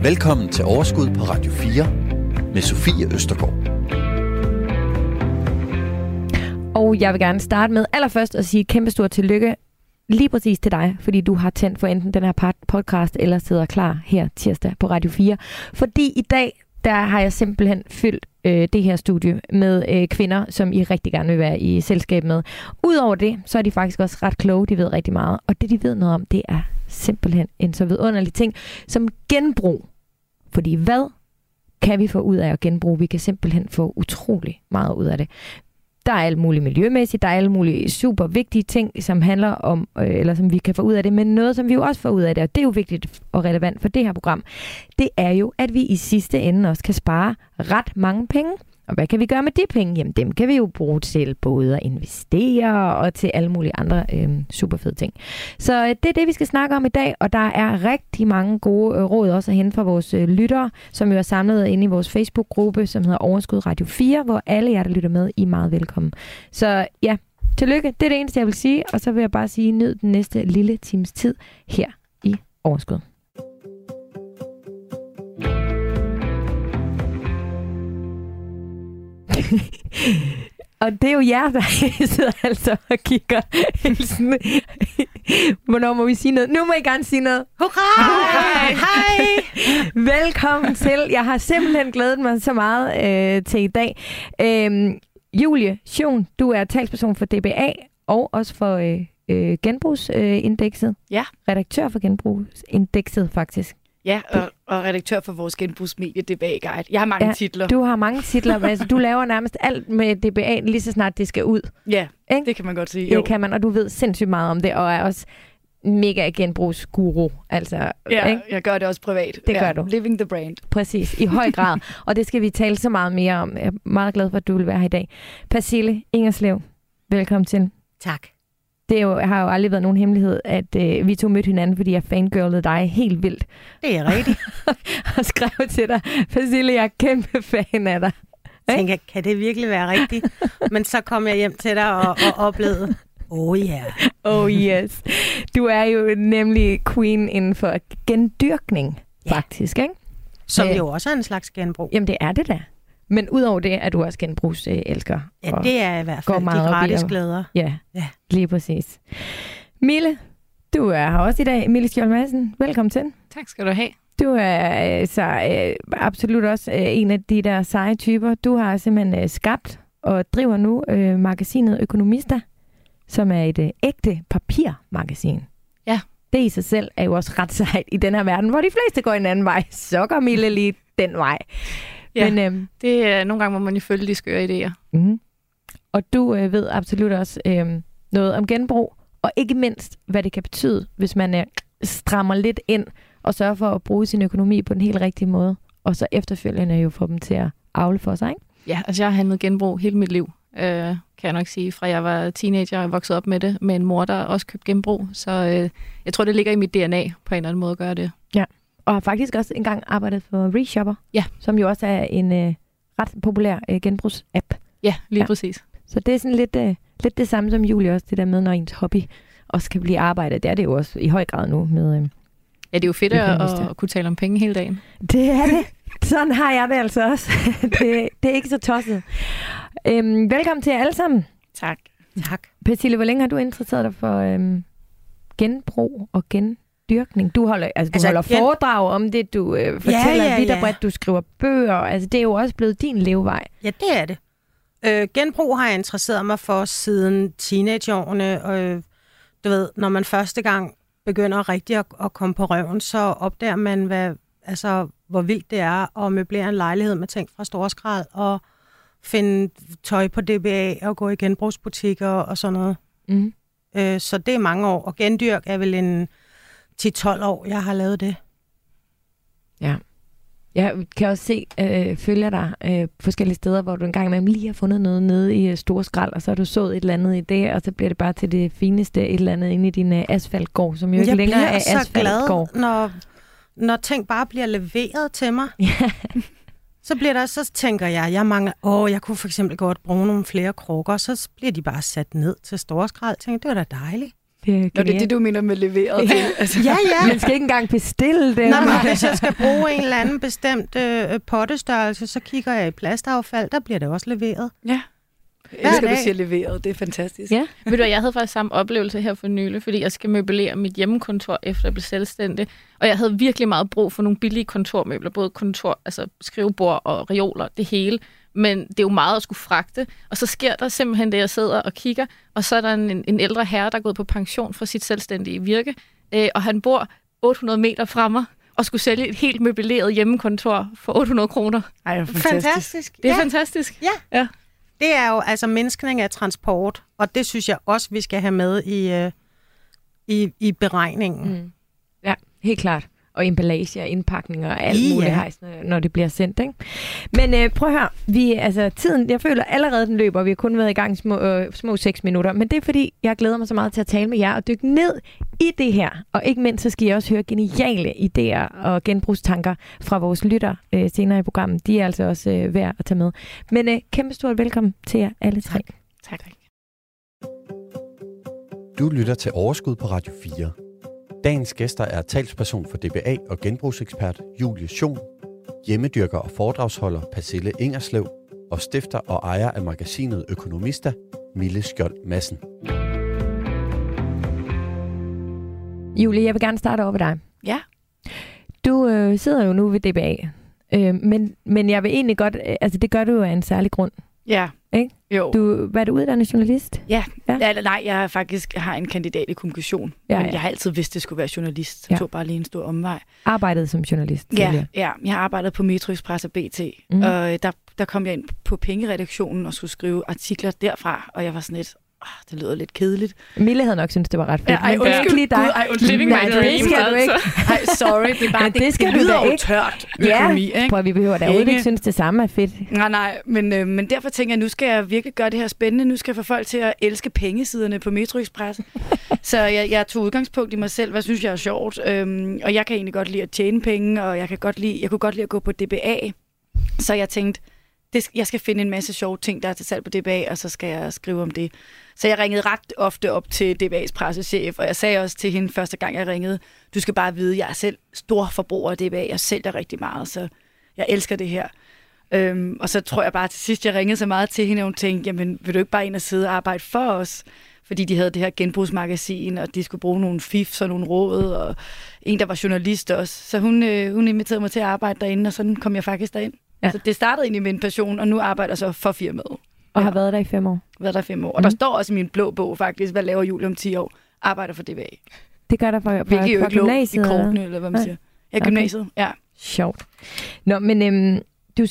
Velkommen til Overskud på Radio 4 med Sofie Østergaard. Og jeg vil gerne starte med allerførst at sige et kæmpestort tillykke lige præcis til dig, fordi du har tændt for enten den her podcast eller sidder klar her tirsdag på Radio 4. Fordi i dag, der har jeg simpelthen fyldt det her studie med kvinder, som I rigtig gerne vil være i selskab med. Udover det, så er de faktisk også ret kloge, de ved rigtig meget. Og det, de ved noget om, det er simpelthen en så vidunderlig ting som genbrug. Fordi hvad kan vi få ud af at genbruge? Vi kan simpelthen få utrolig meget ud af det. Der er alt muligt miljømæssigt, der er alle mulige super vigtige ting, som handler om, eller som vi kan få ud af det, men noget, som vi jo også får ud af det, og det er jo vigtigt og relevant for det her program, det er jo, at vi i sidste ende også kan spare ret mange penge. Og hvad kan vi gøre med de penge? Jamen, dem kan vi jo bruge til både at investere og til alle mulige andre super fede ting. Så det er det, vi skal snakke om i dag, og der er rigtig mange gode råd også at hente fra vores lyttere, som jo er samlet inde i vores Facebook-gruppe, som hedder Overskud Radio 4, hvor alle jer, der lytter med, I er meget velkommen. Så ja, tillykke. Det er det eneste, jeg vil sige, og så vil jeg bare sige, nyd den næste lille times tid her i Overskud. Og det er jo jer, der sidder altså og kigger sådan. Hvornår må vi sige noget? Nu må I gerne sige noget. Hurra! Hej! Velkommen til. Jeg har simpelthen glædet mig så meget til i dag. Julie Schoen, du er talsperson for DBA og også for Genbrugsindekset. Ja. Redaktør for Genbrugsindekset, faktisk. Ja, og redaktør for vores genbrugsmedie DBA Guide. Jeg har mange titler. Du har mange titler, men altså, du laver nærmest alt med DBA, lige så snart det skal ud. Ja, ikke? Det kan man godt sige. Jo. Det kan man, og du ved sindssygt meget om det, og er også mega genbrugsguru. Altså, ja, ikke? Jeg gør det også privat. Det gør du. Living the brand. Præcis, i høj grad. Og det skal vi tale så meget mere om. Jeg er meget glad for, at du vil være her i dag. Persille Ingerslev, velkommen til. Tak. Det har jo aldrig været nogen hemmelighed, at vi to mødte hinanden, fordi jeg fangirlede dig helt vildt. Det er rigtigt. Og skrev til dig, Persille, jeg er kæmpe fan af dig. Jeg tænker, kan det virkelig være rigtigt? Men så kom jeg hjem til dig og oplevede, Oh yes. Du er jo nemlig queen inden for gendyrkning, faktisk, ikke? Som jo også er en slags genbrug. Jamen, det er det da. Men udover det, er du også genbrugselsker. Ja, det er i hvert fald de gratis glæder. Ja, lige præcis. Mille, du er her også i dag. Mille Skjold Madsen, velkommen til. Tak skal du have. Du er absolut også en af de der seje typer. Du har simpelthen skabt og driver nu magasinet Økonomista, som er et ægte papirmagasin. Ja. Det i sig selv er jo også ret sejt i den her verden, hvor de fleste går en anden vej. Så går Mille lige den vej. Ja, men, det er nogle gange, hvor man jo følger de skøre idéer. Mm-hmm. Og du ved absolut også noget om genbrug, og ikke mindst, hvad det kan betyde, hvis man strammer lidt ind og sørger for at bruge sin økonomi på den helt rigtige måde, og så efterfølgende jo få dem til at avle for sig, ikke? Ja, altså jeg har handlet genbrug hele mit liv, kan jeg nok sige, fra jeg var teenager og voksede op med det, med en mor, der også købte genbrug, så jeg tror, det ligger i mit DNA på en eller anden måde at gøre det. Ja. Og har faktisk også engang arbejdet for Reshopper, som jo også er en ret populær genbrugsapp. Ja, lige præcis. Så det er sådan lidt det samme som Julie også, det der med, når ens hobby også kan blive arbejdet. Det er det jo også i høj grad nu med ja, det er jo fedt at kunne tale om penge hele dagen. Det er det. Sådan har jeg det altså også. det er ikke så tosset. Velkommen til jer alle sammen. Tak. Persille, hvor længe har du interesseret dig for genbrug og gendyrkning? Du holder foredrag om det, du fortæller vidt og bredt, du skriver bøger. Altså, det er jo også blevet din levevej. Ja, det er det. Genbrug har jeg interesseret mig for siden teenageårene. Og du ved, når man første gang begynder rigtig at komme på røven, så opdager man, hvor vildt det er at møblere en lejlighed med ting fra Storskrald og finde tøj på DBA og gå i genbrugsbutikker og sådan noget. Mm. Så det er mange år. Og gendyrk er vel en 10-12 år, jeg har lavet det. Ja. Jeg kan også se, følger dig forskellige steder, hvor du engang imellem lige har fundet noget nede i Storskrald, og så har du sået et eller andet i det, og så bliver det bare til det fineste et eller andet inde i din asfaltgård, som jo ikke længere er asfaltgård. Jeg bliver så glad, når ting bare bliver leveret til mig. Så tænker jeg mangler, jeg kunne for eksempel godt bruge nogle flere krukker, så bliver de bare sat ned til Storskrald. Jeg tænker, det var da dejligt. Det Nå, det er det, du mener med leveret til. Altså. Ja. Man skal ikke engang bestille det. Nå, men hvis jeg skal bruge en eller anden bestemt pottestørrelse, så kigger jeg i plastaffald, der bliver det også leveret. Ja. Jeg elsker, du siger leveret. Det er fantastisk. Ja. Ved du, jeg havde faktisk samme oplevelse her for nylig, fordi jeg skal møblere mit hjemmekontor, efter jeg blev selvstændig. Og jeg havde virkelig meget brug for nogle billige kontormøbler, både kontor, altså skrivebord og reoler, det hele. Men det er jo meget at skulle fragte. Og så sker der simpelthen det, jeg sidder og kigger, og så er der en ældre herre, der er gået på pension fra sit selvstændige virke, og han bor 800 meter fra mig, og skulle sælge et helt møbleret hjemmekontor for 800 kroner. Ej, det er fantastisk. Det er fantastisk. Ja. Det er jo altså mindskning af transport, og det synes jeg også, vi skal have med i beregningen. Mm. Ja, helt klart. Og emballage og indpakninger og alt muligt hejs, når det bliver sendt, ikke? Men prøv at høre, tiden, jeg føler allerede, den løber, vi har kun været i gang små 6 minutter, men det er fordi, jeg glæder mig så meget til at tale med jer og dykke ned i det her, og ikke mindst, så skal jeg også høre geniale idéer og genbrugstanker fra vores lytter senere i programmet. De er altså også værd at tage med. Men kæmpe stort velkommen til jer alle tre. Tak. Du lytter til Overskud på Radio 4. Dagens gæster er talsperson for DBA og genbrugsekspert Julie Schoen, hjemmedyrker og foredragsholder Persille Ingerslev og stifter og ejer af magasinet Økonomista, Mille Skjold Madsen. Julie, jeg vil gerne starte over ved dig. Ja. Du sidder jo nu ved DBA, men jeg vil egentlig godt, altså det gør du jo af en særlig grund. Ja. Ikke? Jo. Hvad er du uddannet journalist? Ja. Nej, jeg har en kandidat i kommunikation. Men jeg har altid vidst, det skulle være journalist. Jeg tog bare lige en stor omvej. Arbejdet som journalist? Ja. Jeg har arbejdet på Metro Express og BT. Og der kom jeg ind på pengeredaktionen og skulle skrive artikler derfra. Og jeg var sådan lidt, det lyder lidt kedeligt. Mille havde nok syntes, det var ret fedt. Men det er ikke lige dig. Living my dream. Det skal du ikke. Ej, sorry. Det er bare, det lyder jo tørt økonomi, ikke? Prøv, vi behøver da overhovedet ikke synes, det samme er fedt. Nej, men derfor tænker jeg, nu skal jeg virkelig gøre det her spændende. Nu skal jeg få folk til at elske pengesiderne på Metro Express. Så jeg tog udgangspunkt i mig selv. Hvad synes jeg er sjovt? Og jeg kan egentlig godt lide at tjene penge, og jeg kunne godt lide at gå på DBA. Så jeg tænkte, jeg skal finde en masse sjove ting, der er til salg på DBA, og så skal jeg skrive om det. Så jeg ringede ret ofte op til DBA's pressechef, og jeg sagde også til hende første gang, jeg ringede, du skal bare vide, jeg er selv stor forbruger af DBA, jeg sælger rigtig meget, så jeg elsker det her. Og så tror jeg bare til sidst, jeg ringede så meget til hende, og hun tænkte, jamen vil du ikke bare ind og sidde og arbejde for os? Fordi de havde det her genbrugsmagasin, og de skulle bruge nogle fifs og nogle råd, og en, der var journalist også. Så hun inviterede mig til at arbejde derinde, og sådan kom jeg faktisk derind. Ja. Så det startede egentlig med en passion, og nu arbejder jeg så for firmaet. Og har været der i 5 år? Været der i 5 år. Og der står også i min blå bog faktisk, hvad laver Julie om 10 år? Arbejder for DBA. Det gør der for gymnasiet? I kortene, eller hvad man siger. Ja, gymnasiet, ja. Sjovt. Nå, men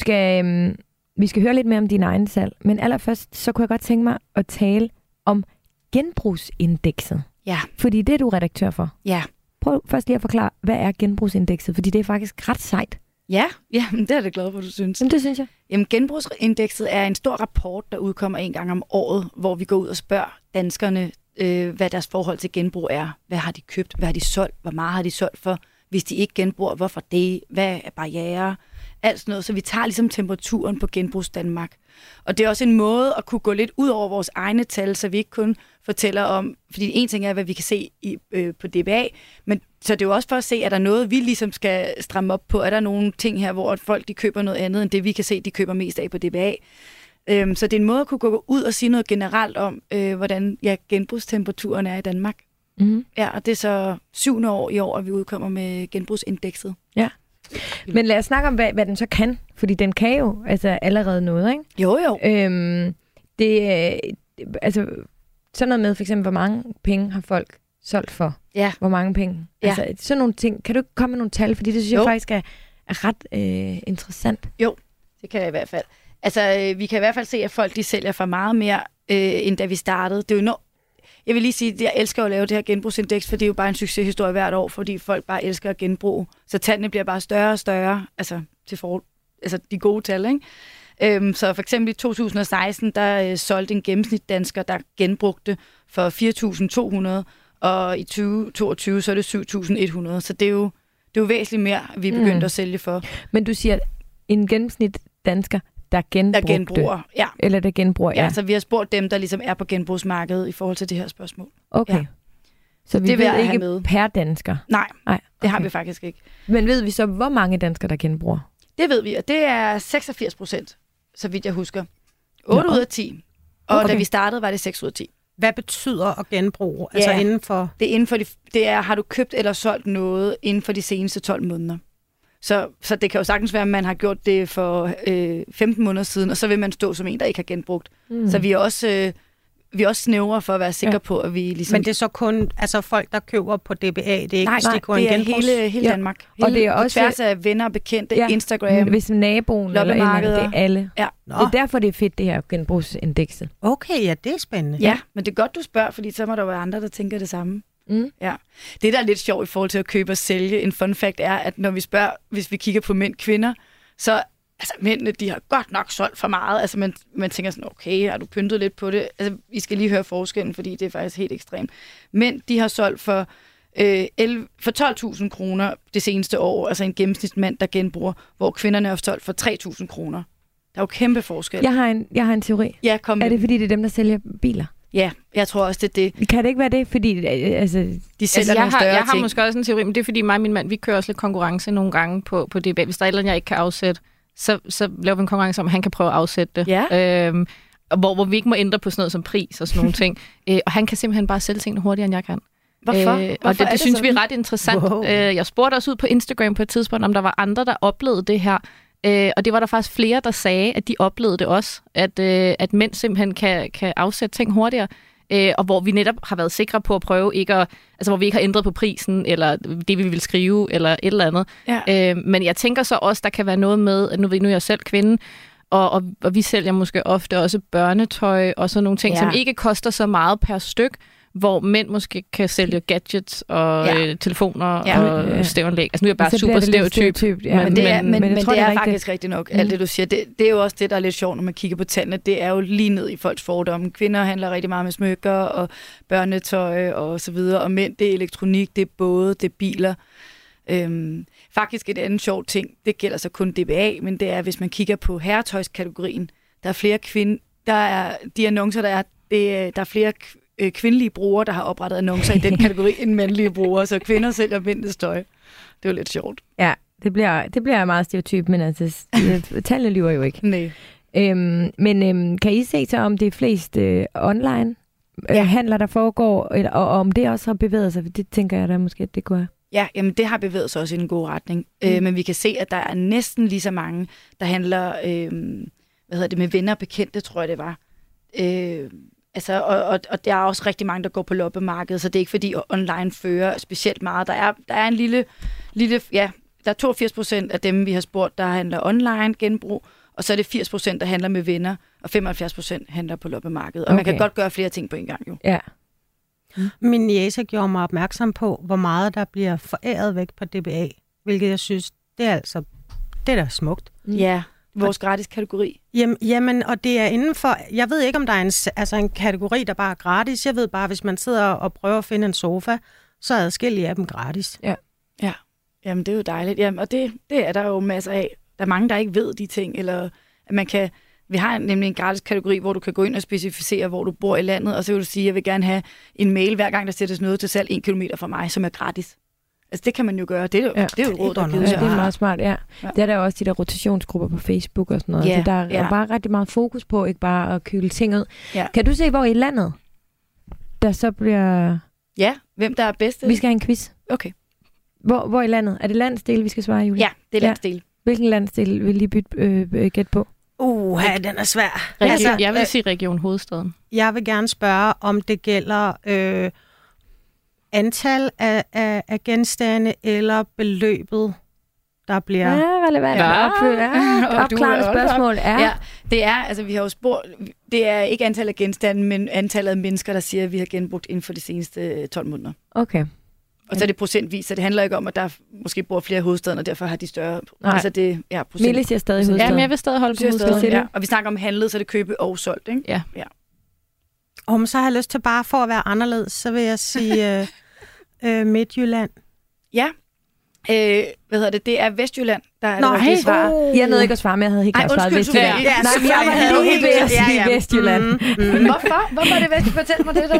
vi skal høre lidt mere om din egen salg. Men allerførst, så kunne jeg godt tænke mig at tale om genbrugsindekset. Ja. Fordi det er du redaktør for. Ja. Prøv først lige at forklare, hvad er genbrugsindekset? Fordi det er faktisk ret sejt. Ja, det er det glad for, du synes. Jamen, det synes jeg. Jamen, genbrugsindekset er en stor rapport, der udkommer 1 gang om året, hvor vi går ud og spørger danskerne, hvad deres forhold til genbrug er. Hvad har de købt? Hvad har de solgt? Hvor meget har de solgt for? Hvis de ikke genbruger, hvorfor det? Hvad er barrierer? Alt sådan noget. Så vi tager ligesom temperaturen på Genbrugs Danmark. Og det er også en måde at kunne gå lidt ud over vores egne tal, så vi ikke kun fortæller om, fordi en ting er, hvad vi kan se på DBA, men så det er jo også for at se, er der noget, vi ligesom skal stramme op på? Er der nogle ting her, hvor folk de køber noget andet, end det vi kan se, de køber mest af på DBA? Så det er en måde at kunne gå ud og sige noget generelt om, hvordan genbrugstemperaturen er i Danmark. Mm-hmm. Ja, og det er så 7. år i år, at vi udkommer med genbrugsindekset. Ja. Men lad os snakke om, hvad den så kan. Fordi den kan jo altså allerede noget, ikke? Jo. Altså, sådan noget med for eksempel, hvor mange penge har folk solgt for? Ja. Hvor mange penge? Ja. Altså, sådan nogle ting. Kan du ikke komme med nogle tal? Fordi det synes jeg faktisk er ret interessant. Jo, det kan jeg i hvert fald. Altså, vi kan i hvert fald se, at folk de sælger for meget mere, end da vi startede. Det er jo jeg vil lige sige, at jeg elsker at lave det her genbrugsindeks, for det er jo bare en succeshistorie hvert år, fordi folk bare elsker at genbruge. Så tallene bliver bare større og større, altså de gode tal, ikke? Så for eksempel i 2016, der solgte en gennemsnitdansker, der genbrugte for 4.200, og i 2022, så er det 7.100. Så det er jo væsentligt mere, vi er begyndt at sælge for. Men du siger, en gennemsnitdansker, der genbruger, ja. Eller der genbruger, ja. Ja, så vi har spurgt dem, der ligesom er på genbrugsmarkedet i forhold til det her spørgsmål. Okay. Så vi Det vil ved jeg have ikke med. per dansker? Nej, Nej, det har vi faktisk ikke. Men ved vi så, hvor mange danskere, der genbruger? Det ved vi, og det er 86%, så vidt jeg husker. 8 ud af 10. Og Okay. da vi startede, var det 6 ud af 10. Hvad betyder at genbruge? Altså Ja. inden for... Det er inden for det er, har du købt eller solgt noget inden for de seneste 12 måneder. Så det kan jo sagtens være, at man har gjort det for 15 måneder siden, og så vil man stå som en, der ikke har genbrugt. Så vi er også snævre for at være sikre på, at vi ligesom... Men det er så kun folk, der køber på DBA, det er ikke Nej, stikkordet det er genbrugs? hele Danmark. Og det er på også- tværs af venner, bekendte, Instagram. Hvis naboen eller en anden, det er alle. Ja. Det er derfor, det er fedt, det her genbrugsindekset. Okay, ja, det er spændende. Ja, men det er godt, du spørger, fordi så må der være andre, der tænker det samme. Mm. Ja. Det, der er lidt sjovt i forhold til at købe og sælge, en fun fact er, at når vi spørger, hvis vi kigger på mænd og kvinder, så mændene, de har godt nok solgt for meget. Altså, man tænker sådan, okay, har du pyntet lidt på det? Altså, I skal lige høre forskellen, fordi det er faktisk helt ekstremt. Mænd, de har solgt for 12.000 kroner det seneste år, altså en gennemsnitsmand, der genbruger, hvor kvinderne har solgt for 3.000 kroner. Der er jo kæmpe forskel. Jeg har en teori. Ja, kom med. Er det, fordi det er dem, der sælger biler? Ja, jeg tror også, det er det. Kan det ikke være det, fordi De sælger nogle større jeg har ting. måske også en teori, men det er fordi mig og min mand, vi kører også lidt konkurrence nogle gange på DBA. Hvis der er et eller andet, jeg ikke kan afsætte, så laver vi en konkurrence om, at han kan prøve at afsætte det. Ja. Hvor vi ikke må ændre på sådan noget som pris og sådan nogle ting. Og han kan simpelthen bare sælge tingene hurtigere, end jeg kan. Hvorfor? Og det synes vi er ret interessant. Wow. Jeg spurgte også ud på Instagram på et tidspunkt, om der var andre, der oplevede det her. Og det var der faktisk flere, der sagde, at de oplevede det også. At mænd simpelthen kan afsætte ting hurtigere. Og hvor vi netop har været sikre på at prøve ikke at... Altså, hvor vi ikke har ændret på prisen, eller det, vi vil skrive, eller et eller andet. Ja. Men jeg tænker så også, der kan være noget med... At nu er jeg selv kvinde, og vi sælger måske ofte også børnetøj og sådan nogle ting, som ikke koster så meget per styk, hvor mænd måske kan sælge gadgets og telefoner og stævanlæg. Altså nu er jeg bare så super bliver det lidt stereotyp. Ja, Men det er rigtigt. faktisk rigtigt nok, alt det du siger. Det er jo også det, der er lidt sjovt, når man kigger på tallene. Det er jo lige ned i folks fordomme. Kvinder handler rigtig meget med smykker og børnetøj og så videre, og mænd, det er elektronik, det er både, det er biler. Faktisk et andet sjovt ting, det gælder så kun DBA, men det er, hvis man kigger på herretøjskategorien, der er flere de annoncer, der er flere kvindelige brugere, der har oprettet annoncer i den kategori, end mandlige brugere, så kvinder sælger mændenes tøj. Det er jo lidt sjovt. Ja, det bliver meget stereotyp, men altså, tallene lyver jo ikke. Nej. Men kan I se så, om det er flest online handler, der foregår, og om det også har bevæget sig? For det tænker jeg da måske, at det kunne være. Ja, jamen det har bevæget sig også i en god retning. Men vi kan se, at der er næsten lige så mange, der handler med venner og bekendte, tror jeg det var. Og der er også rigtig mange, der går på loppemarkedet, så det er ikke fordi online fører specielt meget. Der er en lille der er 82% af dem, vi har spurgt, der handler online genbrug, og så er det 80%, der handler med venner, og 75% handler på loppemarkedet. Og man kan godt gøre flere ting på en gang jo. Ja. Min niece gjorde mig opmærksom på, hvor meget der bliver foræret væk på DBA, hvilket jeg synes, det er da smukt. Ja, vores gratis kategori. Jamen, og det er inden for... Jeg ved ikke, om der er en kategori, der bare er gratis. Jeg ved bare, hvis man sidder og prøver at finde en sofa, så er adskillige af dem gratis. Ja. Jamen, det er jo dejligt. Jamen, og det er der jo masser af. Der er mange, der ikke ved de ting, eller at man kan... Vi har nemlig en gratis kategori, hvor du kan gå ind og specificere, hvor du bor i landet, og så vil du sige, at jeg vil gerne have en mail, hver gang der sættes noget til salg 1 kilometer fra mig, som er gratis. Altså, det kan man jo gøre. Det er jo et råd, der givet Ja, sig. det er meget smart, ja. Det er der også de der rotationsgrupper på Facebook og sådan noget. Ja, Så der er bare rigtig meget fokus på, ikke bare at køle ting ud. Ja. Kan du se, hvor i landet, der så bliver... Ja, hvem der er bedst? Vi skal have en quiz. Okay. Hvor i landet? Er det landsdel, vi skal svare, Julie? Ja, det er landsdel. Hvilken landsdel vil I gætte på? Den er svær. Jeg vil sige Region Hovedstaden. Jeg vil gerne spørge, om det gælder antal af genstande eller beløbet, der bliver... Ja, relevant. Opklarende spørgsmål. Ja, det er, altså vi har jo spurgt, det er ikke antallet af genstande, men antallet af mennesker, der siger, at vi har genbrugt inden for de seneste 12 måneder. Okay. Og så er det procentvis, så det handler ikke om, at der måske bor flere hovedstaden, og derfor har de større... Nej. Altså det er procent. Mille siger stadig hovedstaden. Ja, men jeg vil stadig holde på hovedstaden. Ja. Og vi snakker om handlet, så det købe og solgt, ikke? Ja. Men så har jeg lyst til bare for at være anderledes, så vil jeg sige Midtjylland. Ja, Det er Vestjylland, der er Nå, det rigtige svar. Jeg nåede ikke at svare, men jeg havde helt klart svaret Vestjylland. Sofie. Ja, Nej, men jeg var helt ved at sige Vestjylland. Hvorfor? Hvorfor er det Vestjylland? Fortæl mig det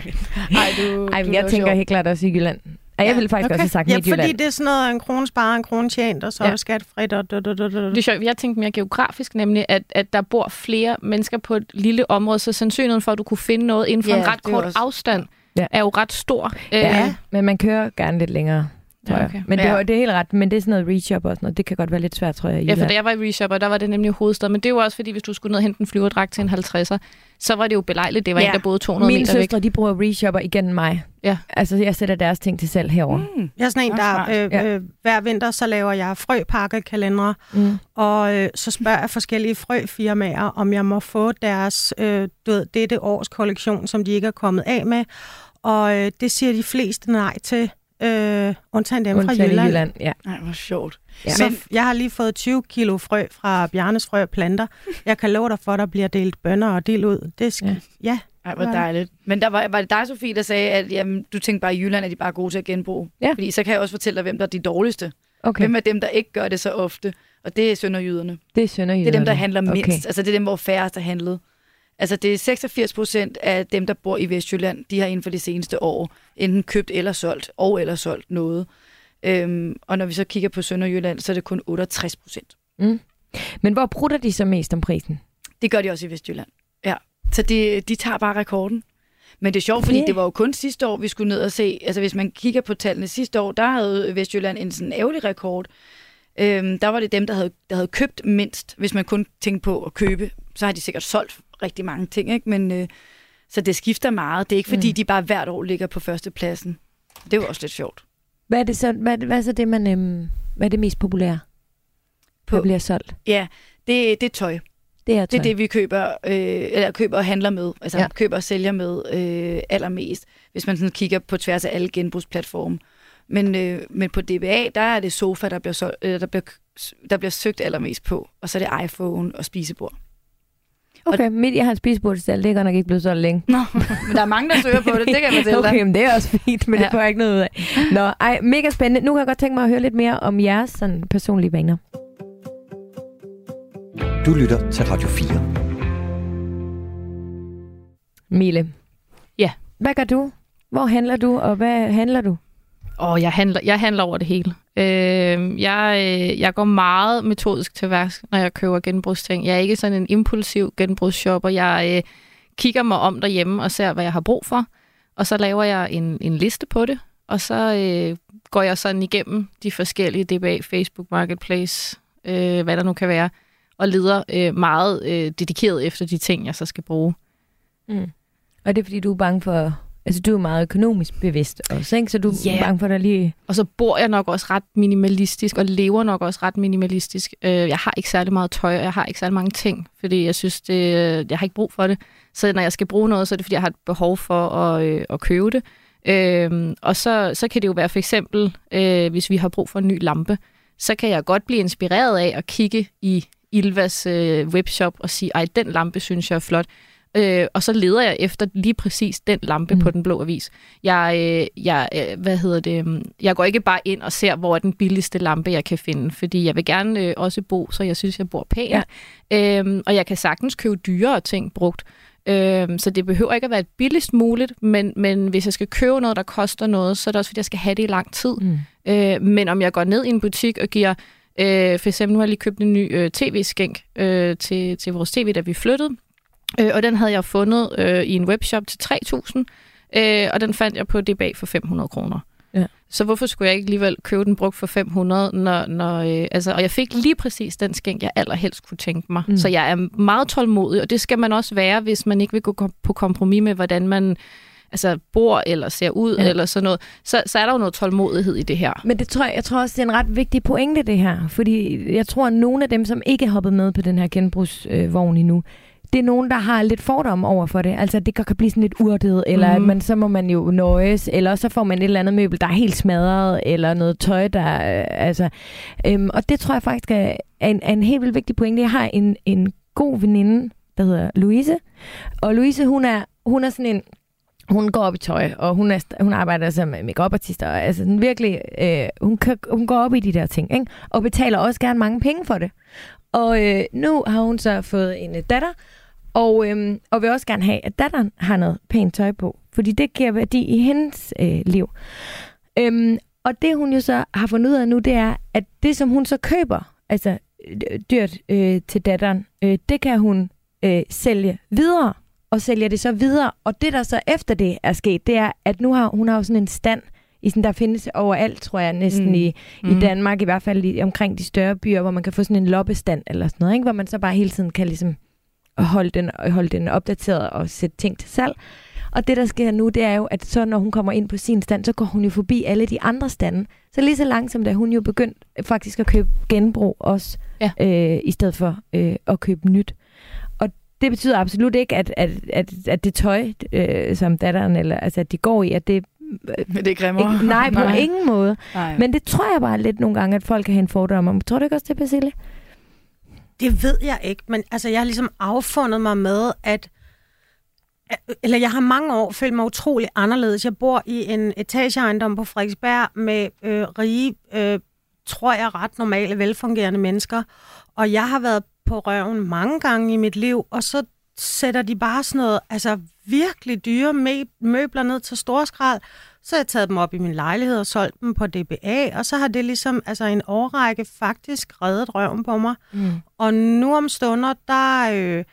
der. Ej, men jeg tænker helt klart også i Jylland. Og jeg ville faktisk også have sagt Midtjylland. fordi det er sådan noget, en krone sparet, en krone tjent, og så er det skatfrit. Det er sjovt. Jeg tænkte mere geografisk, nemlig, at der bor flere mennesker på et lille område, så sandsynligheden for, at du kunne finde noget inden for en ret kort afstand, er jo ret stor. Ja, men man kører gerne lidt længere, tror jeg. Okay. Men det er helt ret. Men det er sådan noget reach-up og sådan noget. Det kan godt være lidt svært, tror jeg. Ja, for da jeg var i reach-up, og der var det nemlig hovedstad. Men det er jo også fordi, hvis du skulle ned og hente en flyverdragt til en 50'er, så var det jo belejligt. Det var en, der boede 200 Mine meter væk. søstre, de bruger reach-upper igennem mig. Ja. Altså, jeg sætter deres ting til salg herover. Jeg er sådan en, der hver vinter, så laver jeg frøpakkekalendere, og så spørger jeg forskellige frøfirmaer, om jeg må få deres dette års kollektion, som de ikke er kommet af med. Og det siger de fleste nej til, undtagen dem fra Jylland. Ja. Nej, hvor sjovt. Ja. Så jeg har lige fået 20 kilo frø fra Bjarnes Frø og Planter. Jeg kan love dig for, at der bliver delt bønner og del ud. Det skal, ja. Ej, hvor dejligt. Men der var det dig, Sofie, der sagde, at jamen, du tænkte bare, at i Jylland er de bare gode til at genbruge. Ja. Fordi så kan jeg også fortælle dig, hvem der er de dårligste. Okay. Hvem er dem, der ikke gør det så ofte? Og det er sønderjyderne. Det er sønderjyderne. Det er dem, der handler mindst. Okay. Altså det er dem, hvor færrest har handlet. Altså det er 86% af dem, der bor i Vestjylland, de har inden for det seneste år enten købt eller solgt, eller solgt noget. Og når vi så kigger på Sønderjylland, så er det kun 68%. Men hvor prutter de så mest om prisen? Det gør de også i Vestjylland. Ja. Så de tager bare rekorden. Men det er sjovt, fordi det var jo kun sidste år, vi skulle ned og se. Altså hvis man kigger på tallene sidste år, der havde Vestjylland en sådan ærgerlig rekord. Der var det dem, der havde købt mindst. Hvis man kun tænkte på at købe, så har de sikkert solgt rigtig mange ting, ikke? Men så det skifter meget. Det er ikke fordi, de bare hvert år ligger på førstepladsen. Det er jo også lidt sjovt. Hvad er det så, hvad er så det, hvad er det mest populære, der bliver solgt? Ja, det er tøj. Det er det, vi køber, eller køber og handler med. Altså køber og sælger med allermest, hvis man sådan kigger på tværs af alle genbrugsplatforme. Men på DBA, der er det sofa, der bliver søgt allermest på. Og så er det iPhone og spisebord. Okay, jeg har et spisebord til salg. Det er godt nok ikke blevet solgt længe. Nå, men der er mange, der søger på det. Det kan jeg fortælle dig. Okay, men det er også fint, men det får jeg ikke noget ud af. Nå, mega spændende. Nu kan jeg godt tænke mig at høre lidt mere om jeres sådan personlige vaner. Du lytter til Radio 4. Mille. Ja. Hvad gør du? Hvor handler du, og hvad handler du? Jeg handler over det hele. Jeg går meget metodisk til værks, når jeg køber genbrugsting. Jeg er ikke sådan en impulsiv genbrugsshopper. Jeg kigger mig om derhjemme og ser, hvad jeg har brug for. Og så laver jeg en liste på det. Og så går jeg sådan igennem de forskellige DBA, Facebook Marketplace, hvad der nu kan være, og leder meget dedikeret efter de ting, jeg så skal bruge. Og det er fordi, du er bange for... Altså, du er meget økonomisk bevidst også, ikke? Så du er bange for dig lige... Og så bor jeg nok også ret minimalistisk, og lever nok også ret minimalistisk. Jeg har ikke særlig meget tøj, og jeg har ikke særlig mange ting, fordi jeg synes, jeg har ikke brug for det. Så når jeg skal bruge noget, så er det, fordi jeg har et behov for at købe det. Og så kan det jo være for eksempel, hvis vi har brug for en ny lampe, så kan jeg godt blive inspireret af at kigge i Ilvas webshop og sige, ej, den lampe synes jeg er flot. Og så leder jeg efter lige præcis den lampe på den blå avis. Jeg går ikke bare ind og ser, hvor er den billigste lampe, jeg kan finde, fordi jeg vil gerne også bo, så jeg synes, jeg bor pænt. Ja. Og jeg kan sagtens købe dyrere ting brugt. Så det behøver ikke at være et billigst muligt, men hvis jeg skal købe noget, der koster noget, så er det også, fordi jeg skal have det i lang tid. Men om jeg går ned i en butik og giver... for eksempel, nu har jeg lige købt en ny tv-skænk til vores tv, da vi flyttede. Og den havde jeg fundet i en webshop til 3.000, og den fandt jeg på DBA for 500 kroner. Ja. Så hvorfor skulle jeg ikke alligevel købe den brugt for 500, og jeg fik lige præcis den skænk, jeg allerhelst kunne tænke mig. Så jeg er meget tålmodig, og det skal man også være, hvis man ikke vil gå på kompromis med, hvordan man bor eller ser ud eller sådan noget. Så er der jo noget tålmodighed i det her. Men jeg tror også, det er en ret vigtig pointe, det her. Fordi jeg tror, at nogle af dem, som ikke er hoppet med på den her genbrugsvogn endnu, det er nogen, der har lidt fordom over for det. Altså, det kan blive sådan lidt urtet, eller at så må man jo nøjes, eller så får man et eller andet møbel, der er helt smadret, eller noget tøj, der... og det tror jeg faktisk er en helt vildt vigtig pointe. Jeg har en god veninde, der hedder Louise, og Louise, hun er sådan en... hun går op i tøj, og hun arbejder som make-up-artist, og altså sådan virkelig, hun går op i de der ting, ikke? Og betaler også gerne mange penge for det. Og nu har hun så fået en datter, og vil også gerne have, at datteren har noget pænt tøj på, fordi det giver værdi i hendes liv. Og det hun jo så har fundet ud af nu, det er, at det som hun så køber, altså dyrt til datteren, det kan hun sælge videre, og sælger det så videre. Og det, der så efter det er sket, det er, at nu har hun jo sådan en stand, der findes overalt, tror jeg, næsten i Danmark, i hvert fald omkring de større byer, hvor man kan få sådan en loppestand eller sådan noget, ikke? Hvor man så bare hele tiden kan ligesom holde den opdateret og sætte ting til salg. Og det, der sker nu, det er jo, at så når hun kommer ind på sin stand, så går hun jo forbi alle de andre stande. Så lige så langsomt er hun jo begyndt faktisk at købe genbrug også, i stedet for at købe nyt. Og det betyder absolut ikke, at det tøj, som datteren, eller altså, at de går i, at det men det er grimmere. Nej, på ingen måde. Nej. Men det tror jeg bare lidt nogle gange, at folk kan have en fordom om. Tror du ikke også det, Basile? Det ved jeg ikke, men altså, jeg har ligesom affundet mig med, eller jeg har mange år følt mig utrolig anderledes. Jeg bor i en etageejendom på Frederiksberg med rige, tror jeg, ret normale, velfungerende mennesker. Og jeg har været på røven mange gange i mit liv, og så sætter de bare sådan noget, altså virkelig dyre møbler ned til storskrald. Så har jeg taget dem op i min lejlighed og solgt dem på DBA, og så har det ligesom altså en årrække faktisk reddet røven på mig. Og nu om stunder, der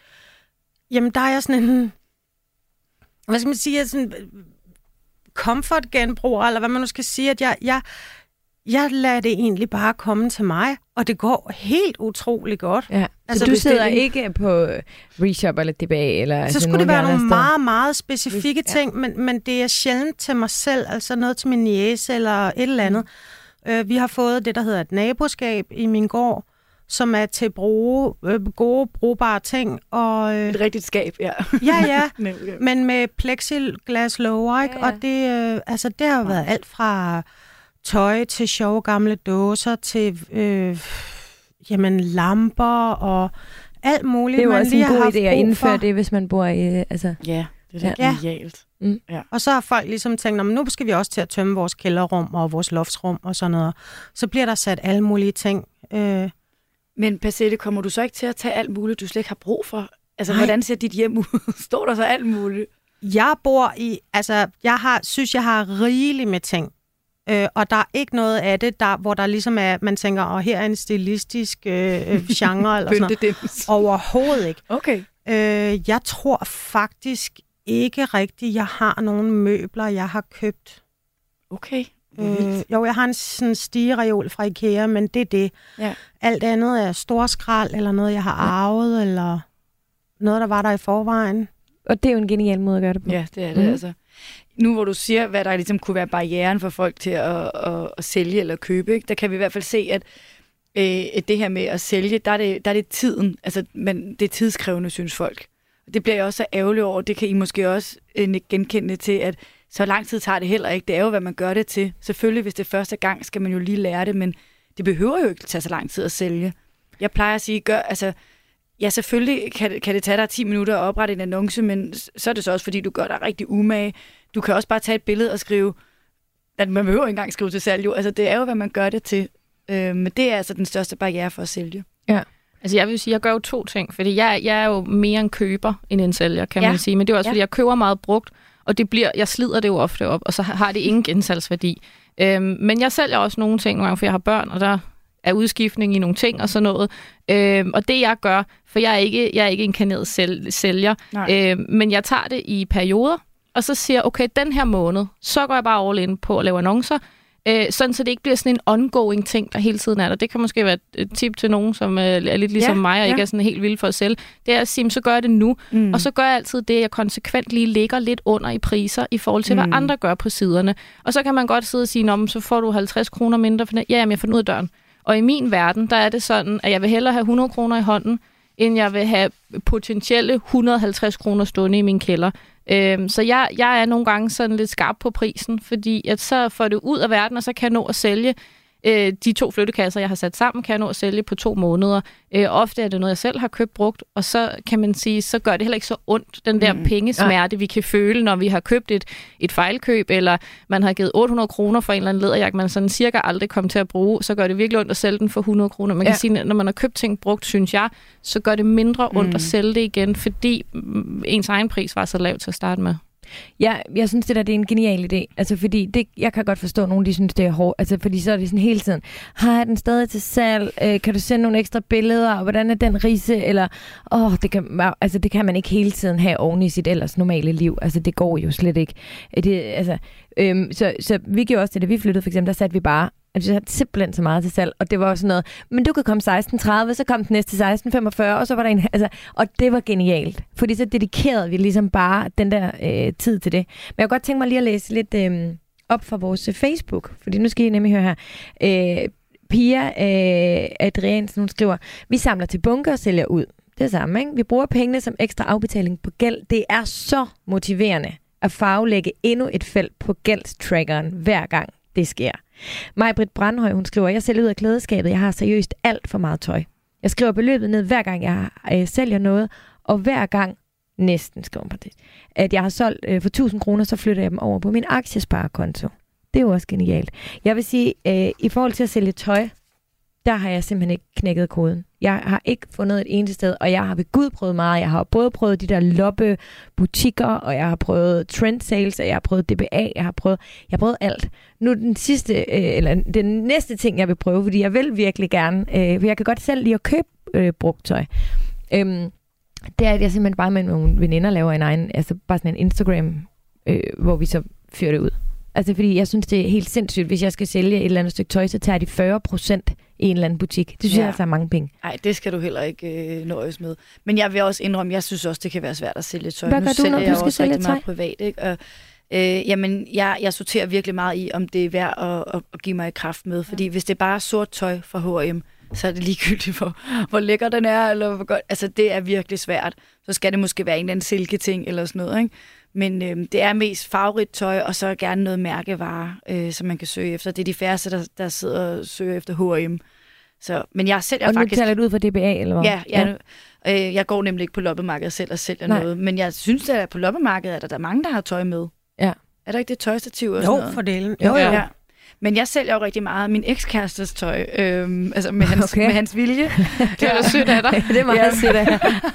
er jeg sådan en, hvad skal man sige, sådan comfort-genbruger, eller hvad man nu skal sige, at jeg lader det egentlig bare komme til mig, og det går helt utroligt godt. Ja. Altså, så du sidder ikke på Reshop eller DBA? Eller så skulle det være nogle meget, meget specifikke ting, men det er sjældent til mig selv, altså noget til min niece eller et eller andet. Vi har fået det, der hedder et naboskab i min gård, som er til gode, brugbare ting. Og, et rigtigt skab, ja. Ja, men med plexiglas låger, ikke? Ja. Og det har været alt fra tøj til sjove gamle dåser til lamper og alt muligt. Det er jo også en god idé at indføre det, hvis man bor i... Altså... Ja, det er da genialt. Ja. Og så har folk ligesom tænkt, nu skal vi også til at tømme vores kælderrum og vores loftsrum og sådan noget. Så bliver der sat alle mulige ting. Men Basile, kommer du så ikke til at tage alt muligt, du slet ikke har brug for? Altså, hvordan ser dit hjem ud? Står der så alt muligt? Jeg bor i... Altså, synes, jeg har rigeligt med ting. Og der er ikke noget af det, hvor der ligesom er, man tænker, her er en stilistisk genre eller sådan noget. Overhovedet ikke. Okay. Jeg tror faktisk ikke rigtigt, jeg har nogle møbler, jeg har købt. Okay. Jo, jeg har en sådan stigereol fra IKEA, men det er det. Ja. Alt andet er storskrald, eller noget, jeg har arvet, eller noget, der var der i forvejen. Og det er jo en genial måde at gøre det på. Ja, det er det altså. Nu hvor du siger, hvad der ligesom kunne være barrieren for folk til at sælge eller købe, ikke? Der kan vi i hvert fald se, at det her med at sælge, der er det tiden. Altså, det er tidskrævende, synes folk. Og det bliver jeg også så ærgerlig over. Det kan I måske også genkende til, at så lang tid tager det heller ikke. Det er jo, hvad man gør det til. Selvfølgelig, hvis det er første gang, skal man jo lige lære det, men det behøver jo ikke tage så lang tid at sælge. Jeg plejer at sige, ja, selvfølgelig kan det tage dig 10 minutter at oprette en annonce, men så er det så også, fordi du gør dig rigtig umage. Du kan også bare tage et billede og skrive, at man behøver ikke engang skrive til salg. Jo. Altså, det er jo, hvad man gør det til. Men det er altså den største barriere for at sælge. Ja. Altså, jeg vil sige, jeg gør jo 2 ting, fordi jeg er jo mere en køber end en sælger, kan man sige. Men det er også, fordi jeg køber meget brugt, og jeg slider det jo ofte op, og så har det ingen gensalgsværdi. Men jeg sælger også nogle ting nogle gange, for jeg har børn, og der er udskiftning i nogle ting og sådan noget. Og det jeg gør, for jeg er ikke en kaneret sælger, men jeg tager det i perioder, og så siger okay, den her måned, så går jeg bare all in på at lave annoncer, sådan så det ikke bliver sådan en ongoing ting, der hele tiden er der. Det kan måske være et tip til nogen, som er lidt ligesom mig, og ikke er sådan helt vild for at sælge. Det er at sige, så gør jeg det nu, og så gør jeg altid det, jeg konsekvent lige ligger lidt under i priser, i forhold til, hvad andre gør på siderne. Og så kan man godt sidde og sige, så får du 50 kroner mindre for det. Ja, men jeg får den ud af døren. Og i min verden, der er det sådan, at jeg vil hellere have 100 kroner i hånden, end jeg vil have potentielle 150 kroner stående i min kælder. Så jeg er nogle gange sådan lidt skarp på prisen, fordi at så får det ud af verden, og så kan jeg nå at sælge De 2 flyttekasser, jeg har sat sammen, kan jeg nå at sælge på 2 måneder. Ofte er det noget, jeg selv har købt brugt, og så kan man sige, så gør det heller ikke så ondt, den der pengesmerte, vi kan føle, når vi har købt et fejlkøb, eller man har givet 800 kroner for en eller anden læderjakke, man sådan cirka aldrig kommer til at bruge, så gør det virkelig ondt at sælge den for 100 kroner. Man kan sige, når man har købt ting brugt, synes jeg, så gør det mindre ondt at sælge det igen, fordi ens egen pris var så lav til at starte med. Ja, jeg synes, det er en genial idé. Altså, fordi jeg kan godt forstå, at nogen de synes, det er hårdt. Altså, fordi så er det sådan hele tiden, har jeg den stadig til salg? Kan du sende nogle ekstra billeder? Og hvordan er den rise? Eller, det kan man ikke hele tiden have oven i sit ellers normale liv. Altså, det går jo slet ikke. Så vi gjorde også det, da vi flyttede, for eksempel, der satte vi bare, altså, vi havde simpelthen så meget til salg, og det var sådan noget, men du kan komme 16.30, så kom den næste 16.45, og så var der en, altså, og det var genialt, fordi så dedikerede vi ligesom bare den der tid til det. Men jeg kunne godt tænke mig lige at læse lidt op fra vores Facebook, fordi nu skal I nemlig høre her. Pia Adriansen, hun skriver, vi samler til bunker og sælger ud. Det er samme, ikke? Vi bruger pengene som ekstra afbetaling på gæld. Det er så motiverende at farvelægge endnu et felt på gældstrackeren hver gang det sker. Maj-Britt Brandhøj, hun skriver, jeg sælger ud af klædeskabet. Jeg har seriøst alt for meget tøj. Jeg skriver beløbet ned, hver gang jeg sælger noget, og hver gang, næsten skriver på det, at jeg har solgt for 1.000 kroner, så flytter jeg dem over på min aktiesparekonto. Det er jo også genialt. Jeg vil sige, i forhold til at sælge tøj, der har jeg simpelthen ikke knækket koden. Jeg har ikke fundet et eneste sted, og jeg har ved Gud prøvet meget. Jeg har både prøvet de der loppe-butikker, og jeg har prøvet trend sales, og jeg har prøvet DBA, jeg har prøvet alt. Nu den næste ting, jeg vil prøve, fordi jeg vil virkelig gerne, for jeg kan godt selv lide at købe brugt tøj. Det er, at jeg simpelthen bare med nogle veninder laver en egen, altså bare sådan en Instagram, hvor vi så fyrer det ud. Altså, fordi jeg synes, det er helt sindssygt. Hvis jeg skal sælge et eller andet stykke tøj, så tager de 40% i en eller anden butik. Det synes jeg altså er mange penge. Nej, det skal du heller ikke nøjes med. Men jeg vil også indrømme, jeg synes også, det kan være svært at sælge tøj. Hvad gør du, når du skal sælge tøj? Meget privat, ikke? Og, jeg sorterer virkelig meget i, om det er værd at give mig i kraft med. Fordi hvis det er bare sort tøj fra H&M, så er det ligegyldigt for, hvor lækker den er, eller hvor godt. Altså, det er virkelig svært. Så skal det måske være en eller anden silketing, eller sådan noget, ikke? Men det er mest farverigt tøj, og så gerne noget mærkevare, som man kan søge efter. Det er de færreste, der sidder og søger efter H&M. Så, men jeg sælger faktisk... Og nu faktisk... taler du ud fra DBA, eller hvad? Ja. Jeg går nemlig ikke på loppemarkedet selv og sælger noget. Men jeg synes, at på loppemarkedet er der mange, der har tøj med. Ja. Er der ikke det tøjstativ og sådan noget? Jo, for delen. Jo. Ja. Men jeg sælger jo rigtig meget af min ekskærestes tøj, altså med hans vilje. Det er da sødt af dig. Det er meget sødt af dig.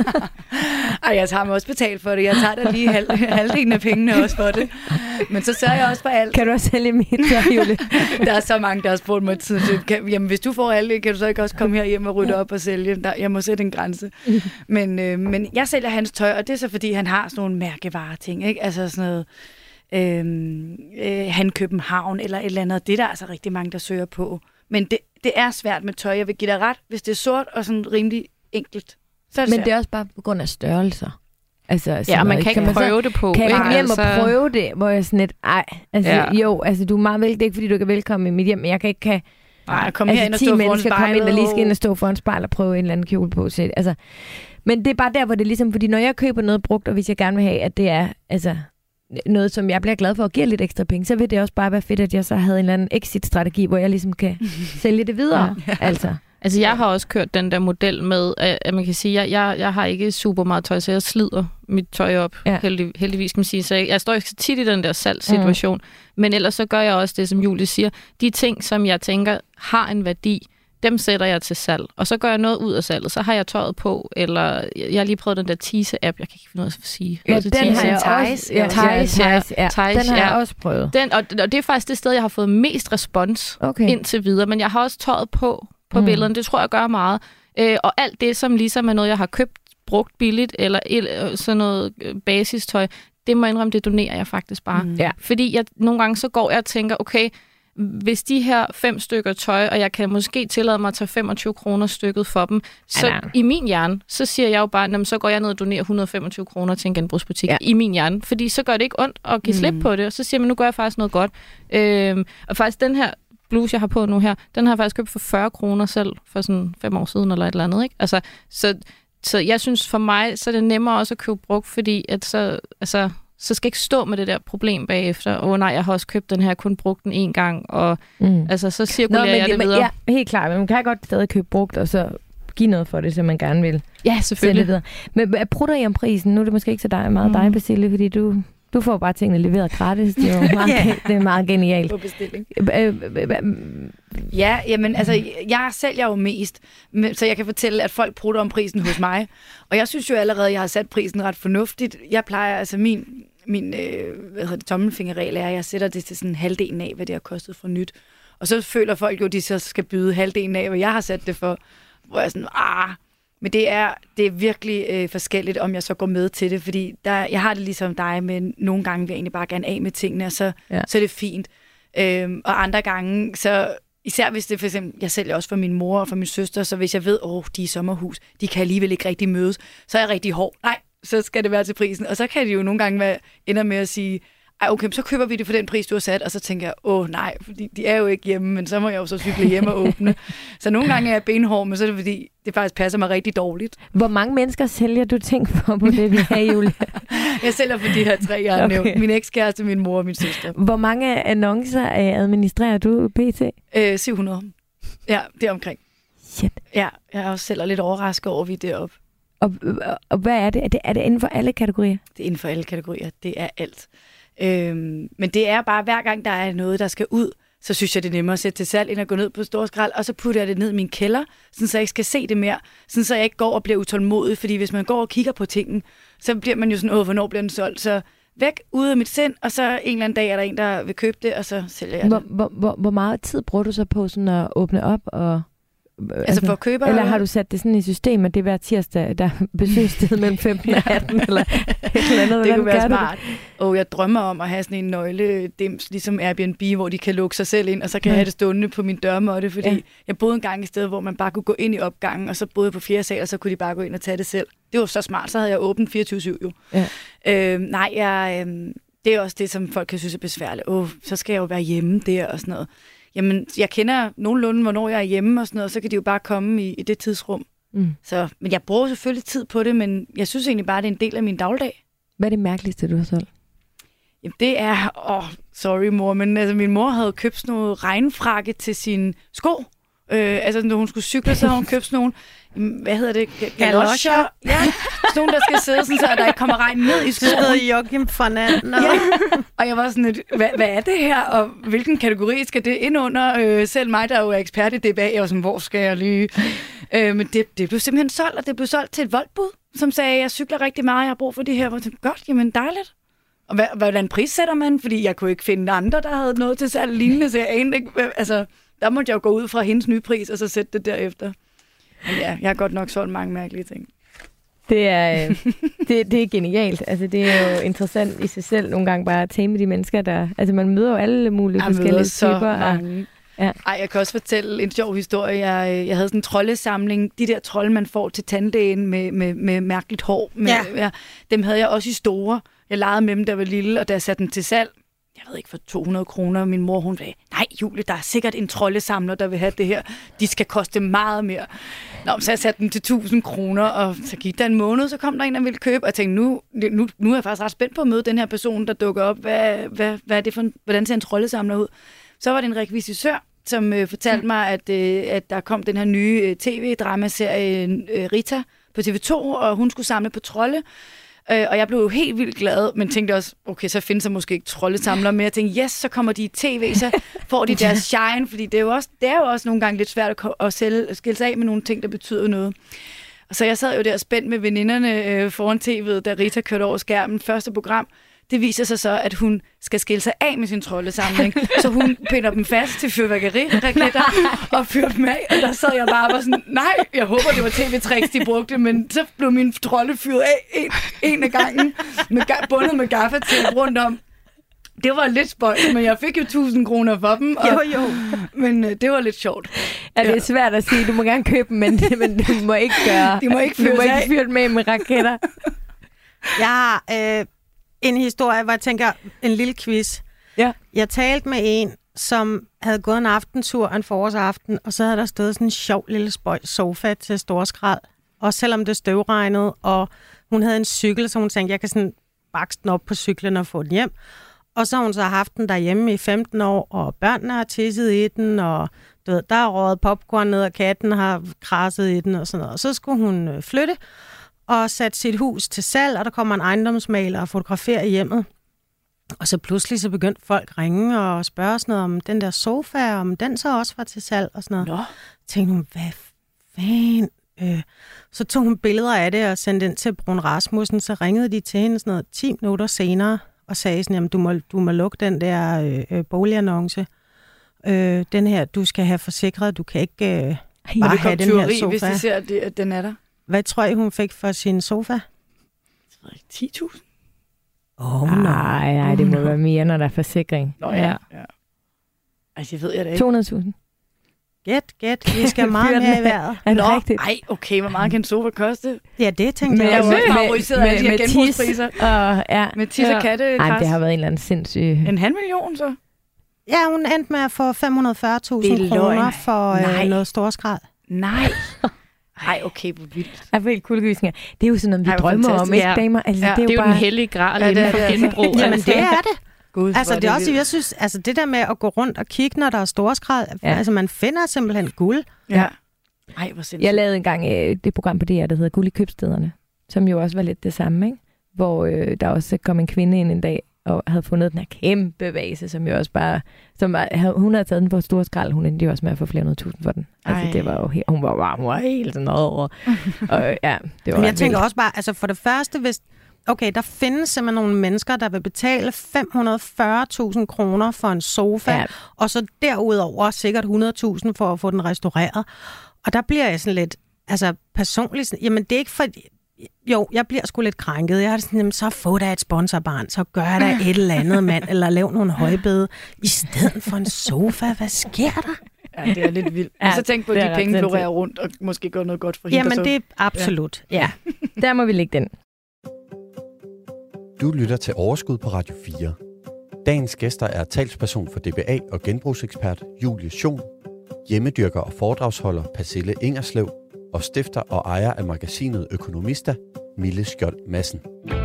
Ej, jeg tager mig også betalt for det. Jeg tager da lige halvdelen af pengene også for det. Men så sørger jeg også for alt. Kan du også sælge mit tøj, Julie? Der er så mange, der har spurgt mig tid. Jamen, hvis du får alt, kan du så ikke også komme her hjem og rydde op og sælge? Jeg må sætte en grænse. Men jeg sælger hans tøj, og det er så, fordi han har sådan nogle mærkevareting, ikke? Altså sådan noget... Han København eller et eller andet. Det er der altså rigtig mange, der søger på. Men det er svært med tøj. Jeg vil give dig ret, hvis det er sort og sådan rimelig enkelt. Så er det men svært. det er også bare på grund af størrelser. Altså, ja, man kan ikke prøve det på. Kan jeg komme hjem og prøve det, hvor jeg sådan lidt, du er meget velkommen, det er ikke fordi, du ikke er velkommen i mit hjem, men jeg kan ikke komme her ind og stå foran spejlet. Komme ind og lige skal ind og stå foran spejl og prøve en eller anden kjole på. Altså, men det er bare der, hvor det er ligesom, fordi når jeg køber noget brugt, og hvis jeg gerne vil have, at det er noget, som jeg bliver glad for at give lidt ekstra penge, så vil det også bare være fedt, at jeg så havde en eller anden exit-strategi, hvor jeg ligesom kan sælge det videre. Ja. Altså, jeg har også kørt den der model med, at man kan sige, at jeg har ikke super meget tøj, så jeg slider mit tøj op, heldigvis kan man sige. Så jeg står ikke så tit i den der salgssituation. Men ellers så gør jeg også det, som Julie siger. De ting, som jeg tænker har en værdi, dem sætter jeg til salg. Og så gør jeg noget ud af salget. Så har jeg tøjet på, eller jeg har lige prøvet den der Tease-app. Jeg kan ikke finde ud af at sige. Ja, den har jeg også. Den har jeg også prøvet. Og det er faktisk det sted, jeg har fået mest respons indtil videre. Men jeg har også tøjet på billederne. Det tror jeg gør meget. Og alt det, som ligesom er noget, jeg har købt, brugt billigt, eller sådan noget basistøj, det må jeg indrømme, det donerer jeg faktisk bare. Fordi nogle gange så går jeg og tænker, okay, hvis de her 5 stykker tøj, og jeg kan måske tillade mig at tage 25 kroner stykket for dem, så i min hjerne, så siger jeg jo bare, så går jeg ned og donerer 125 kroner til en genbrugsbutik i min hjerne, fordi så gør det ikke ondt at give slip på det, og så siger man, nu gør jeg faktisk noget godt. Og faktisk den her bluse, jeg har på nu her, den har jeg faktisk købt for 40 kroner selv, for sådan 5 år siden eller et eller andet, ikke? Altså, så jeg synes for mig, så er det nemmere også at købe brugt, fordi at så så skal jeg ikke stå med det der problem bagefter. Nej, jeg har også købt den her, kun brugt den en gang, og altså, så cirkulerer jeg det videre. Ja, helt klart, men man kan godt stadig købe brugt, og så give noget for det, som man gerne vil. Ja, selvfølgelig. Videre. Men prutter I om prisen? Nu er det måske ikke så meget dig, Basile, fordi du får bare tingene leveret gratis. Det er jo meget, det er meget genialt. På bestilling. Ja, jamen altså, jeg sælger jo mest, så jeg kan fortælle, at folk prutter om prisen hos mig. Og jeg synes jo allerede, at jeg har sat prisen ret fornuftigt. Jeg plejer, altså min tommelfingerregel er, at jeg sætter det til sådan halvdelen af, hvad det har kostet for nyt. Og så føler folk jo, at de så skal byde halvdelen af, hvad jeg har sat det for. Hvor jeg sådan, men det er virkelig forskelligt, om jeg så går med til det, fordi jeg har det ligesom dig, men nogle gange vil jeg egentlig bare gerne af med tingene, og så er det fint. Og andre gange, så især hvis det for eksempel, jeg sælger også for min mor og for min søster, så hvis jeg ved, de er i sommerhus, de kan alligevel ikke rigtig mødes, så er jeg rigtig hård. Nej, så skal det være til prisen. Og så kan det jo nogle gange ender med at sige, okay, så køber vi det for den pris, du har sat, og så tænker jeg, nej, fordi de er jo ikke hjemme, men så må jeg jo så cykle hjem og åbne. Så nogle gange er jeg benhård, men så er det fordi, det faktisk passer mig rigtig dårligt. Hvor mange mennesker sælger du ting for på det, vi har, Julie? Jeg sælger for de her 3, jeg har nævnt. Min ekskæreste, min mor og min søster. Hvor mange annoncer administrerer du pt? 700. Ja, det er omkring. Shit. Ja, jeg er også selv lidt overrasket over, at vi er deroppe. Og hvad er det? Er det inden for alle kategorier? Det er inden for alle kategorier. Det er alt. Men det er bare, hver gang der er noget, der skal ud, så synes jeg, det er nemmere at sætte til salg, end at gå ned på storskrald, og så putter jeg det ned i min kælder, sådan så jeg ikke skal se det mere, sådan så jeg ikke går og bliver utålmodig, fordi hvis man går og kigger på tingen, så bliver man jo sådan, hvornår bliver den solgt, så væk, ude af mit sind, og så en eller anden dag er der en, der vil købe det, og så sælger jeg det. Hvor meget tid bruger du så på sådan at åbne op og... Altså for køber? Eller har du sat det sådan i system, at det er hver tirsdag, der besøgssted mellem 15 og 18, eller et eller andet? Det kunne være smart. Og jeg drømmer om at have sådan en nøgledims, ligesom Airbnb, hvor de kan lukke sig selv ind, og så kan jeg have det stående på min dørmåtte, fordi jeg boede engang et sted, hvor man bare kunne gå ind i opgangen, og så boede jeg på 4. sal, og så kunne de bare gå ind og tage det selv. Det var så smart, så havde jeg åbent 24/7 jo. Ja. Det er også det, som folk kan synes er besværligt. Så skal jeg jo være hjemme der og sådan noget. Jamen, jeg kender nogenlunde, hvornår jeg er hjemme og sådan noget, og så kan de jo bare komme i det tidsrum. Men jeg bruger selvfølgelig tid på det, men jeg synes egentlig bare, det er en del af min dagligdag. Hvad er det mærkeligste, du har solgt? Jamen, det er... sorry mor, men altså, min mor havde købt sådan noget regnfrakke til sine sko. Altså, når hun skulle cykle, så havde hun købt sådan nogle... Hvad hedder det? Galoscher. Ja, sådan nogle, der skal sidde sådan, så der ikke kommer regn ned i skoen. Det hedder Joachim von Anden. Ja. Og jeg var sådan lidt, hvad er det her? Og hvilken kategori skal det ind under? Selv mig, der jo er ekspert i DBA, jeg var sådan, hvor skal jeg lige... Men det blev simpelthen solgt, og det blev solgt til et voldbud, som sagde, jeg cykler rigtig meget, jeg har brug for det her. Og tænkte, godt, jamen dejligt. Og hvordan prissætter man? Fordi jeg kunne ikke finde andre, der havde noget til salg lignende, så jeg anede ikke... Altså, der måtte jeg jo gå ud fra hendes nye pris, og så sætte det derefter. Men ja, jeg har godt nok solgt mange mærkelige ting. Det er, det er genialt. Altså, det er jo interessant i sig selv nogle gange bare at tale de mennesker, der... Altså, man møder jo alle mulige forskellige typer. Mange. Ja. Ej, jeg kan også fortælle en sjov historie. Jeg havde sådan en troldesamling. De der trolde, man får til tandlægen med mærkeligt hår. Dem havde jeg også i store. Jeg legede med dem, der var lille, og da jeg satte dem til salg, jeg ved ikke, for 200 kroner. Min mor, hun sagde, nej Julie, der er sikkert en troldesamler, der vil have det her. De skal koste meget mere. Så jeg satte dem til 1000 kroner, og så gik der en måned, så kom der en, der ville købe, og jeg tænkte, nu er jeg faktisk ret spændt på at møde den her person, der dukker op. Hvad er det for hvordan ser en troldesamler ud? Så var det en rekvisitør, som fortalte mig, at der kom den her nye tv-dramaserie Rita på TV2, og hun skulle samle på trolde. Og jeg blev jo helt vildt glad, men tænkte også, okay, så findes der måske ikke troldesamlere, men jeg tænkte, yes, så kommer de i tv, så får de deres shine, fordi det er jo også nogle gange lidt svært at skille sig af med nogle ting, der betyder noget. Og så jeg sad jo der spændt med veninderne foran tv'et, da Rita kørte over skærmen, første program. Det viser sig så, at hun skal skille sig af med sin troldesamling, så hun pinder dem fast til fyrværkeriraketter og fyrer dem af, og der sad jeg bare og var sådan, nej, jeg håber, det var tv-tricks, de brugte, men så blev min trolde fyret af en af gangen, bundet med gaffatape rundt om. Det var lidt spøjt, men jeg fik jo 1000 kroner for dem. Jo. Men det var lidt sjovt. Ja, det er svært at sige, du må gerne købe dem, men du må ikke gøre... De må ikke fyre dem med raketter. Jeg har en historie, hvor jeg tænker, en lille quiz. Ja. Jeg talte med en, som havde gået en aftentur, en forårsaften, og så havde der stået sådan en sjov lille sofa til storskrald. Og selvom det støvregnede, og hun havde en cykel, så hun tænkte, jeg kan sådan bakse den op på cyklen og få den hjem. Og så har hun så haft den derhjemme i 15 år, og børnene har tisset i den, og du ved, der er røget popcorn ned, og katten har krasset i den og sådan noget. Og så skulle hun flytte og sætte sit hus til salg, og der kommer en ejendomsmaler og fotograferer i hjemmet. Og så pludselig så begyndte folk at ringe og spørge sådan noget om den der sofa, om den så også var til salg og sådan noget. Nå. Tænkte hun, hvad fanden? Så tog hun billeder af det og sendte ind til Brun Rasmussen, så ringede de til hende sådan noget 10 minutter senere og sagde sådan, jamen du må lukke den der boligannonce. Den her, du skal have forsikret, du kan ikke bare have den her sofa. Hvis de ser, at den er der. Hvad tror I, hun fik for sin sofa? 10.000? Nej, det må være mere, når der er forsikring. Nå ja. Altså, jeg ved jeg da ikke. 200.000. Gæt. Vi skal meget mere i vejret. Er det rigtigt? Ej, okay, hvor meget kan en sofa koste? Ja, det tænkte jeg også. Med genbrugspriser. Med tis og katte. Ej, det har været en eller anden sindssyg... 500.000 så? Ja, hun endte med at få 540.000 kroner for noget storskrald. Nej. Ej, okay, hvor vildt. Jeg får helt kuldegysninger. Det er jo sådan noget, vi drømmer om, ikke damer? Altså, det er jo bare... den hellige gral inden for genbrug. Jamen, det er det. God, altså, det er også, jeg synes, altså det der med at gå rundt og kigge, når der er storskrald, altså man finder simpelthen guld. Ja. Ej, hvor sindssygt. Jeg lavede engang det program på DR, der hedder Guld i købstederne, som jo også var lidt det samme, ikke? Hvor der også kom en kvinde ind en dag, og havde fundet den her kæmpe vase, som jo også bare... hun havde taget den på storskrald, hun endte jo også med at få flere 100.000 for den. Altså, det var jo hun var helt sådan noget over. Og ja, det var... Men jeg tænker også bare, altså for det første, hvis... Okay, der findes simpelthen nogle mennesker, der vil betale 540.000 kroner for en sofa, og så derudover sikkert 100.000 for at få den restaureret. Og der bliver jeg sådan lidt, altså personligt, jamen det er ikke for... Jo, jeg bliver sgu lidt krænket. Jeg har sådan, jamen, så få da et sponsorbarn, så gør der et eller andet, mand, eller lav nogle højbede, i stedet for en sofa. Hvad sker der? Ja, det er lidt vildt. Og så tænk på, at de penge florerer rundt, og måske gør noget godt for hende. Jamen, det er absolut. Ja. Der må vi lægge den. Du lytter til Overskud på Radio 4. Dagens gæster er talsperson for DBA og genbrugsekspert Julie Schoen, hjemmedyrker og foredragsholder Persille Ingerslev og stifter og ejer af magasinet Økonomista, Mille Skjold Madsen.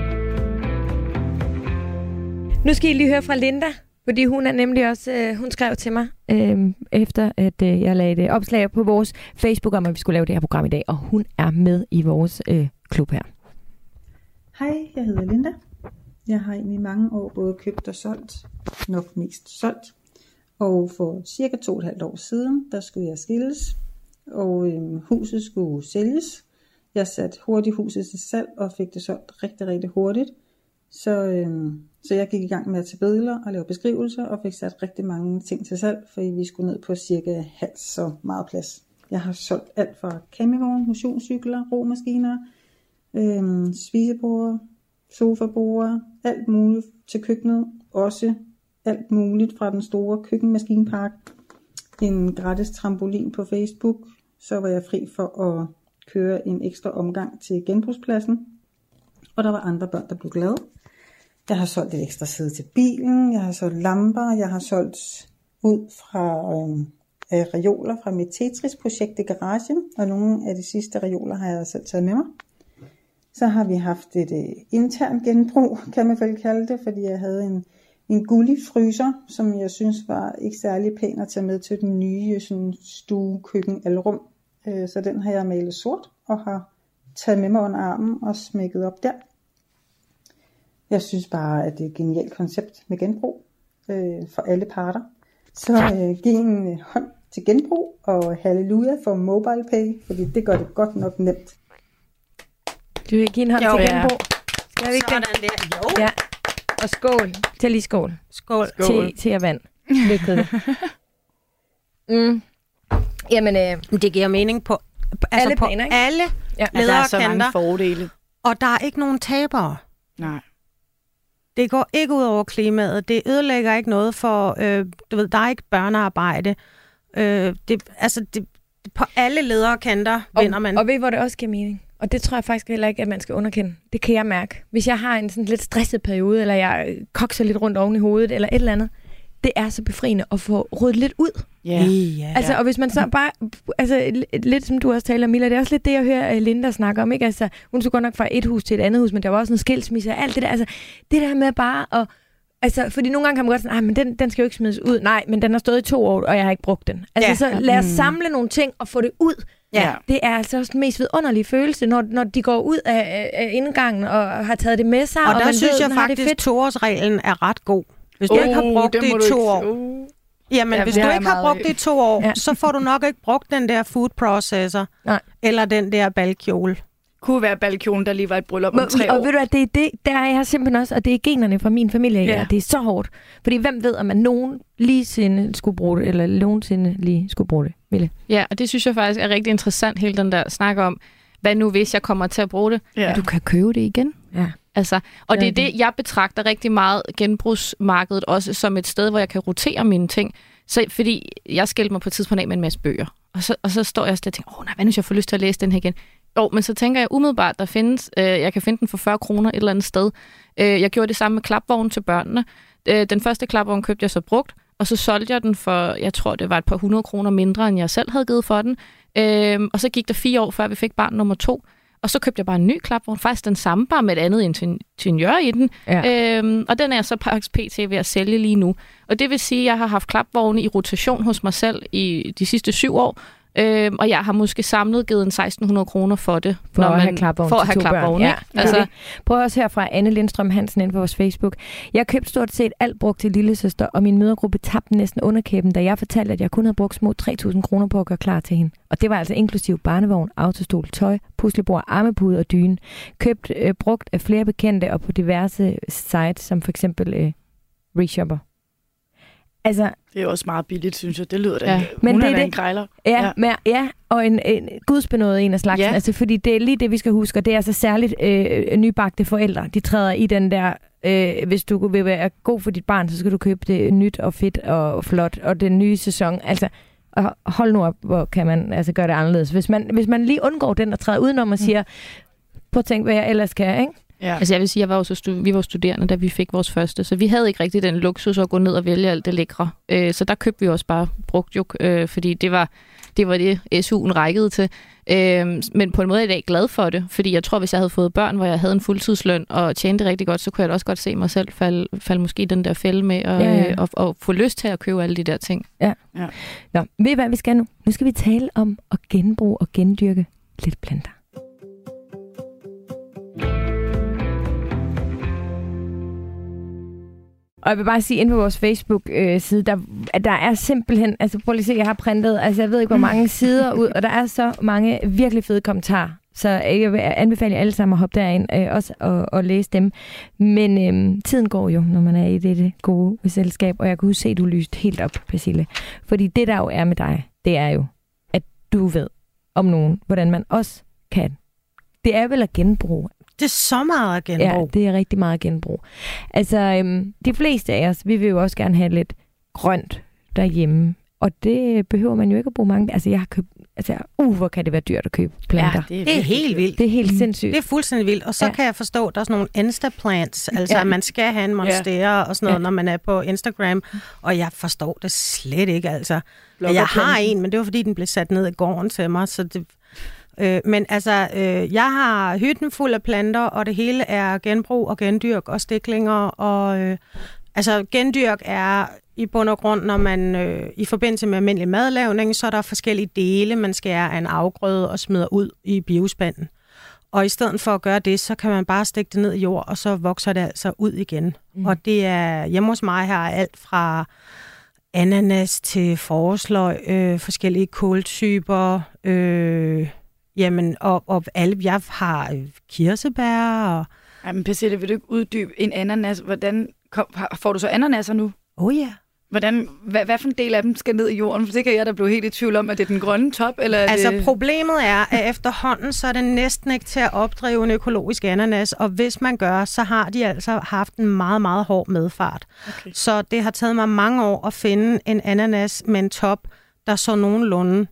Nu skal I lige høre fra Linda, fordi hun er nemlig også, hun skrev til mig, efter at jeg lagde et opslag på vores Facebook om, at vi skulle lave det her program i dag, og hun er med i vores klub her. Hej, jeg hedder Linda. Jeg har i mange år både købt og solgt, nok mest solgt. Og for cirka 2,5 år siden, der skulle jeg skilles, og huset skulle sælges. Jeg satte hurtigt huset til salg og fik det solgt rigtig, rigtig hurtigt. Så jeg gik i gang med at tage billeder og lave beskrivelser og fik sat rigtig mange ting til salg, fordi vi skulle ned på cirka halvt så meget plads. Jeg har solgt alt fra campingvogn, motionscykler, romaskiner, spiseborde, sofaborde, alt muligt til køkkenet, også alt muligt fra den store køkkenmaskinpark, en gratis trampolin på Facebook, så var jeg fri for at køre en ekstra omgang til genbrugspladsen, og der var andre børn, der blev glade. Jeg har solgt et ekstra sæde til bilen, jeg har solgt lamper, jeg har solgt ud fra reoler fra mit Tetris-projekt i garagen, og nogle af de sidste reoler har jeg selv taget med mig. Så har vi haft et intern genbrug, kan man vel kalde det, fordi jeg havde en gullig-fryser, som jeg synes var ikke særlig pæn at tage med til den nye sådan, stue, køkken, alrum. Så den har jeg malet sort og har taget med mig under armen og smækket op der. Jeg synes bare, at det er et genialt koncept med genbrug for alle parter. Så giv en hånd til genbrug, og halleluja for MobilePay, fordi det gør det godt nok nemt. Du vil give en hånd til genbrug. Skal vi ikke sådan der? Jo. Ja. Og skål. Tag lige skål. Skål. Te og vand. Lykke Jamen, det giver mening på alle planer, ikke? Alle lederkanter. Der er så mange fordele. Og der er ikke nogen tabere. Nej. Det går ikke ud over klimaet. Det ødelægger ikke noget for, der er ikke børnearbejde. På alle lederkanter vinder man. Og ved hvor det også giver mening? Og det tror jeg faktisk heller ikke, at man skal underkende. Det kan jeg mærke. Hvis jeg har en sådan lidt stresset periode, eller jeg kokser lidt rundt oven i hovedet, eller et eller andet, det er så befriende at få ryddet lidt ud. Ja. Altså, og hvis man så bare, altså lidt som du også taler om, Milla, det er også lidt det, jeg hører Linda snakke om, ikke? Altså, hun så godt nok fra et hus til et andet hus, men der var også en skilsmisse og alt det der. Altså, det der med bare at, altså, fordi nogle gange kan man godt sige, men den skal jo ikke smides ud. Nej, men den har stået i 2 år, og jeg har ikke brugt den. Altså, så lad os samle nogle ting og få det ud. Ja. Det er altså også den mest vidunderlige følelse, når de går ud af indgangen og har taget det med sig. Og der synes jeg faktisk, at 2-årsreglen er ret god. Hvis du ikke har brugt det i 2 år. Jamen, hvis du ikke har brugt det i 2 år, så får du nok ikke brugt den der food processor. Nej. Eller den der balkjole. Kunne være balkjolen, der lige var et bryllup om 3 år. Og ved du at det er det, der er jeg simpelthen også, og det er generne fra min familie, ja. Det er så hårdt. Fordi hvem ved, om man nogensinde skulle bruge det, eller nogensinde lige skulle bruge det, Mille? Ja, og det synes jeg faktisk er rigtig interessant, hele den der snak om, hvad nu hvis jeg kommer til at bruge det? Ja. Du kan købe det igen. Ja. Altså, og det er det, jeg betragter rigtig meget genbrugsmarkedet også som et sted, hvor jeg kan rotere mine ting. Så, fordi jeg skilte mig på et tidspunkt af med en masse bøger. Og så står jeg også der og tænker, hvad hvis jeg får lyst til at læse den her igen? Jo, men så tænker jeg umiddelbart, der findes, jeg kan finde den for 40 kroner et eller andet sted. Jeg gjorde det samme med klapvognen til børnene. Den første klapvogn købte jeg så brugt, og så solgte jeg den for, jeg tror det var et par 100 kroner mindre, end jeg selv havde givet for den. Og så gik der 4 år, før vi fik barn nummer 2. Og så købte jeg bare en ny klapvogn, faktisk den samme, bare med et andet interiør i den. Ja. Og den er jeg så pt. Ved at sælge lige nu. Og det vil sige, at jeg har haft klapvogne i rotation hos mig selv i de sidste 7 år. Og jeg har måske samlet givet en 1.600 kroner for det. For at have klapvogn. Ja. Altså, prøv også her fra Anne Lindstrøm Hansen inde på vores Facebook. Jeg købte stort set alt brugt til lillesøster, og min mødergruppe tabte næsten underkæben, da jeg fortalte, at jeg kun havde brugt små 3.000 kroner på at gøre klar til hende. Og det var altså inklusiv barnevogn, autostol, tøj, puslebord, armepude og dyne. Købt brugt af flere bekendte og på diverse sites, som for eksempel Reshopper. Altså, det er også meget billigt, synes jeg. Det lyder da. Men hun det er en grejler. Ja, og en gudsbenået en af slagsen. Ja. Altså, fordi det er lige det, vi skal huske, og det er altså særligt nybagte forældre. De træder i den der, hvis du vil være god for dit barn, så skal du købe det nyt og fedt og flot, og den nye sæson. Altså, hold nu op, hvor kan man altså gøre det anderledes. Hvis man lige undgår den og træder udenom og siger, prøv at tænke, hvad jeg ellers kan, ikke? Ja. Altså jeg vil sige, vi var studerende, da vi fik vores første, så vi havde ikke rigtig den luksus at gå ned og vælge alt det lækre. Så der købte vi også bare brugt jo, fordi det var det, SU'en rækkede til. Men på en måde er jeg i dag glad for det, fordi jeg tror, hvis jeg havde fået børn, hvor jeg havde en fuldtidsløn og tjente rigtig godt, så kunne jeg da også godt se mig selv falde måske den der fælde med og få lyst til at købe alle de der ting. Ja. Nå, ved I hvad vi skal nu? Nu skal vi tale om at genbruge og gendyrke lidt planter. Og jeg vil bare sige, inde på vores Facebook-side, der er simpelthen, altså prøv lige at se, jeg har printet, altså jeg ved ikke, hvor mange sider ud, og der er så mange virkelig fede kommentarer. Så jeg vil anbefale jer alle sammen at hoppe derind også og læse dem. Men tiden går jo, når man er i det gode selskab, og jeg kunne se, at du lyste helt op, Persille. Fordi det, der jo er med dig, det er jo, at du ved om nogen, hvordan man også kan. Det er vel at genbruge. Det er så meget at genbrug. Ja, det er rigtig meget at genbrug. Altså, de fleste af os, vi vil jo også gerne have lidt grønt derhjemme. Og det behøver man jo ikke at bruge mange. Altså, jeg har købt... Altså, hvor kan det være dyrt at købe planter. Ja, det er helt vildt. Det er helt sindssygt. Det er fuldstændig vildt. Og så kan jeg forstå, at der er sådan nogle Instaplants. Altså, at man skal have en monstera og sådan noget, når man er på Instagram. Og jeg forstår det slet ikke, altså. Jeg har en, men det var fordi, den blev sat ned i gården til mig, så det... Men altså, jeg har hytten fuld af planter, og det hele er genbrug og gendyrk og stiklinger. Og altså, gendyrk er i bund og grund, når man i forbindelse med almindelig madlavning, så er der forskellige dele, man skærer af en afgrøde og smider ud i biospanden. Og i stedet for at gøre det, så kan man bare stikke det ned i jord, og så vokser det altså ud igen. Og det er hjemme hos mig her alt fra ananas til forårsløg, forskellige kåltyper, jamen, og alle, jeg har kirsebær og... Jamen, Persille, vil du ikke uddybe en ananas? Hvordan får du så ananaser nu? Ja. Hvad for en del af dem skal ned i jorden? For det kan jeg da blive helt i tvivl om, at det er den grønne top, eller altså, det... problemet er, at efterhånden, så er det næsten ikke til at opdrive en økologisk ananas, og hvis man gør, så har de altså haft en meget, meget hård medfart. Okay. Så det har taget mig mange år at finde en ananas med en top, der så nogenlunde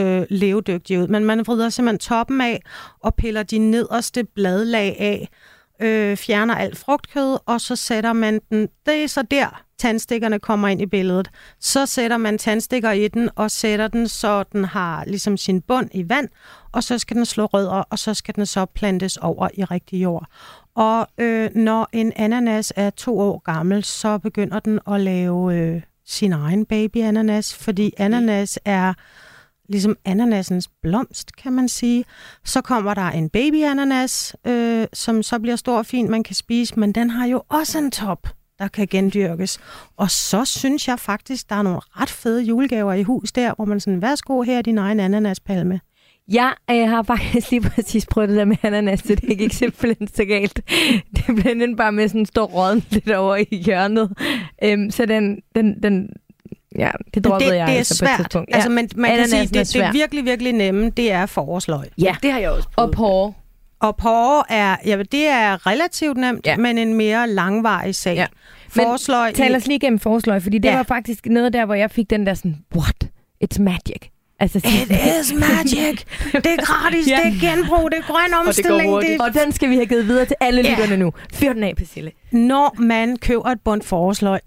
levedygtig ud. Men man vrider simpelthen toppen af og piller de nederste bladlag af, fjerner alt frugtkød, og så sætter man den, det er så der tandstikkerne kommer ind i billedet. Så sætter man tandstikker i den, og sætter den, så den har ligesom sin bund i vand, og så skal den slå rødder, og så skal den så plantes over i rigtig jord. Og når en ananas er 2 år gammel, så begynder den at lave sin egen baby-ananas, fordi ananas er ligesom ananasens blomst, kan man sige. Så kommer der en baby-ananas, som så bliver stor og fin, man kan spise, men den har jo også en top, der kan gendyrkes. Og så synes jeg faktisk, der er nogle ret fede julegaver i hus der, hvor man sådan, værsgo, her er din egen ananaspalme. Jeg har faktisk lige præcis prøvet det der med ananas, så det gik simpelthen så galt. Det blev den bare med sådan en stor råden lidt over i hjørnet. Så den ja, det droppede jeg det er altså svært. På et tidspunkt. Ja. Altså, man kan sige, det er virkelig, virkelig nemme, det er forårsløg. Ja, det har jeg også prøvet. Og porre. Og porre er, det er relativt nemt, men en mere langvarig sag. Ja. Men tal os lige igennem forårsløg, fordi det var faktisk noget der, hvor jeg fik den der sådan, what? It's magic. Altså, it is magic. Det er gratis, det er genbrug, det er grøn omstilling. Og den skal vi have givet videre til alle lytterne nu. Fyr den af, Persille. Når man køber et bundt forårsløg,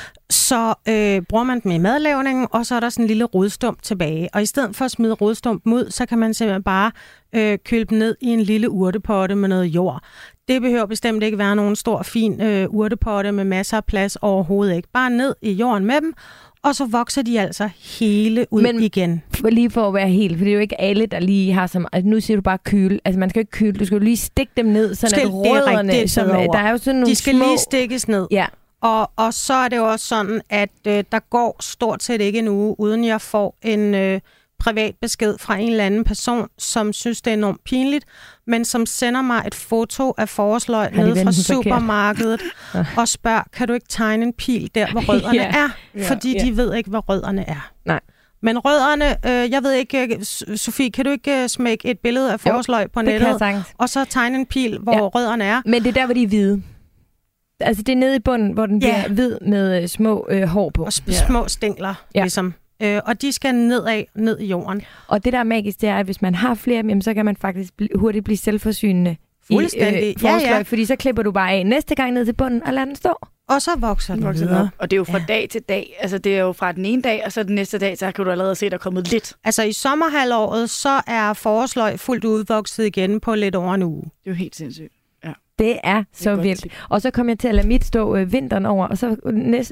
så bruger man dem i madlavningen, og så er der sådan en lille rodstump tilbage. Og i stedet for at smide rodstumpen ud, så kan man simpelthen bare køle dem ned i en lille urtepotte med noget jord. Det behøver bestemt ikke være nogen stor, fin urtepotte med masser af plads overhovedet ikke. Bare ned i jorden med dem, og så vokser de altså hele ud igen. Lige for at være helt, for det er jo ikke alle, der lige har som... Altså nu siger du bare køle. Altså man skal ikke køle, du skal jo lige stikke dem ned, så at rødderne... Der er jo sådan nogle de skal små... lige stikkes ned. Ja. Og så er det jo også sådan, at der går stort set ikke en uge, uden jeg får en privat besked fra en eller anden person, som synes, det er enormt pinligt, men som sender mig et foto af forårsløg nede fra supermarkedet og spørger, kan du ikke tegne en pil der, hvor rødderne er? Fordi de ved ikke, hvor rødderne er. Nej. Men rødderne, jeg ved ikke, Sofie, kan du ikke smække et billede af forårsløg på nettet, og så tegne en pil, hvor rødderne er? Men det er der, hvor de er hvide. Altså det er nede i bunden, hvor den bliver hvid med små hår på. Og små stængler, ligesom. Og de skal ned i jorden. Og det der er magisk, det er, at hvis man har flere af dem, så kan man faktisk hurtigt blive selvforsynende i forårsløg, fordi så klipper du bare af næste gang ned til bunden og lader den stå. Og så vokser den videre. Og det er jo fra dag til dag. Altså det er jo fra den ene dag, og så den næste dag, så kan du allerede se, at der er kommet lidt. Altså i sommerhalvåret, så er forårsløg fuldt udvokset igen på lidt over en uge. Det er jo helt sindssygt. Det er så vildt. Og så kom jeg til at lade mit stå vinteren over, og så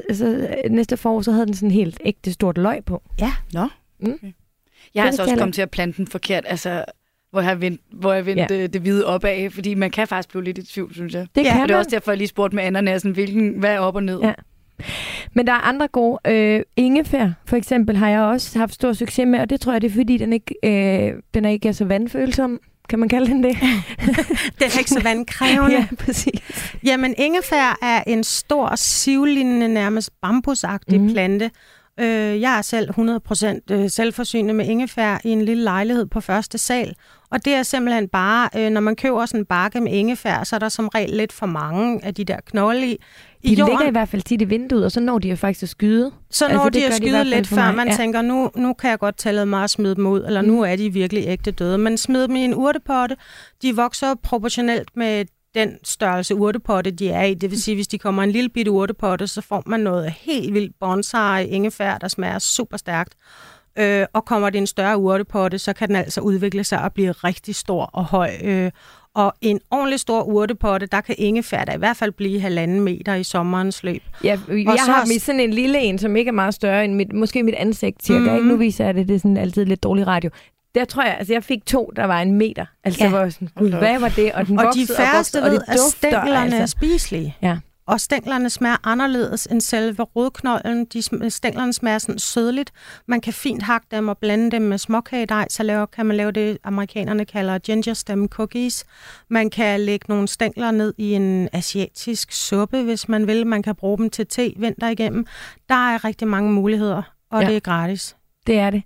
næste forår, så havde den sådan helt ægte stort løg på. Ja. Nå. Okay. Jeg har altså også kommet til at plante den forkert, altså hvor jeg vendte det hvide opad, fordi man kan faktisk blive lidt i tvivl, synes jeg. Det kan og det er også derfor, jeg lige spurgte med ananasen, hvad er op og ned. Ja. Men der er andre gode. Ingefær, for eksempel, har jeg også haft stor succes med, og det tror jeg, det er fordi, den ikke er så vandfølsom. Kan man kalde den det? Den er ikke så vandkrævende. Ja, præcis. Jamen, ingefær er en stor, sivlignende, nærmest bambusagtig plante. Jeg er selv 100% selvforsynende med ingefær i en lille lejlighed på første sal. Og det er simpelthen bare, når man køber sådan en bakke med ingefær, så er der som regel lidt for mange af de der knolde i. De ligger i hvert fald tit i vinduet, og så når de jo faktisk at skyde. Så når de at skyde lidt, før man tænker, nu kan jeg godt tillade mig at smide dem ud, eller nu er de virkelig ægte døde. Men smid dem i en urtepotte, de vokser proportionelt med den størrelse urtepotte, de er i. Det vil sige, hvis de kommer en lille bitte urtepotte, så får man noget helt vildt bonsai ingefær, der smager super stærkt. Og kommer det en større urtepotte, så kan den altså udvikle sig og blive rigtig stor og høj. Og en ordentlig stor urtepotte, der kan ingefær da i hvert fald blive 1,5 meter i sommerens løb. Ja, jeg har sådan en lille en, som ikke er meget større end måske mit ansigt cirka. Ikke? Nu viser jeg det er sådan altid lidt dårlig radio. Der tror jeg, altså jeg fik 2, der var 1 meter. Altså var sådan, hvad var det? Og den voksede, de færreste ved, at stænglerne er spiselige. Ja. Og stænglerne smager anderledes end selve rodknolden. Stænglerne smager sådan sødligt. Man kan fint hakke dem og blande dem med småkagedej, så kan man lave det, amerikanerne kalder ginger stem cookies. Man kan lægge nogle stængler ned i en asiatisk suppe, hvis man vil. Man kan bruge dem til te vinter igennem. Der er rigtig mange muligheder, og det er gratis. Det er det.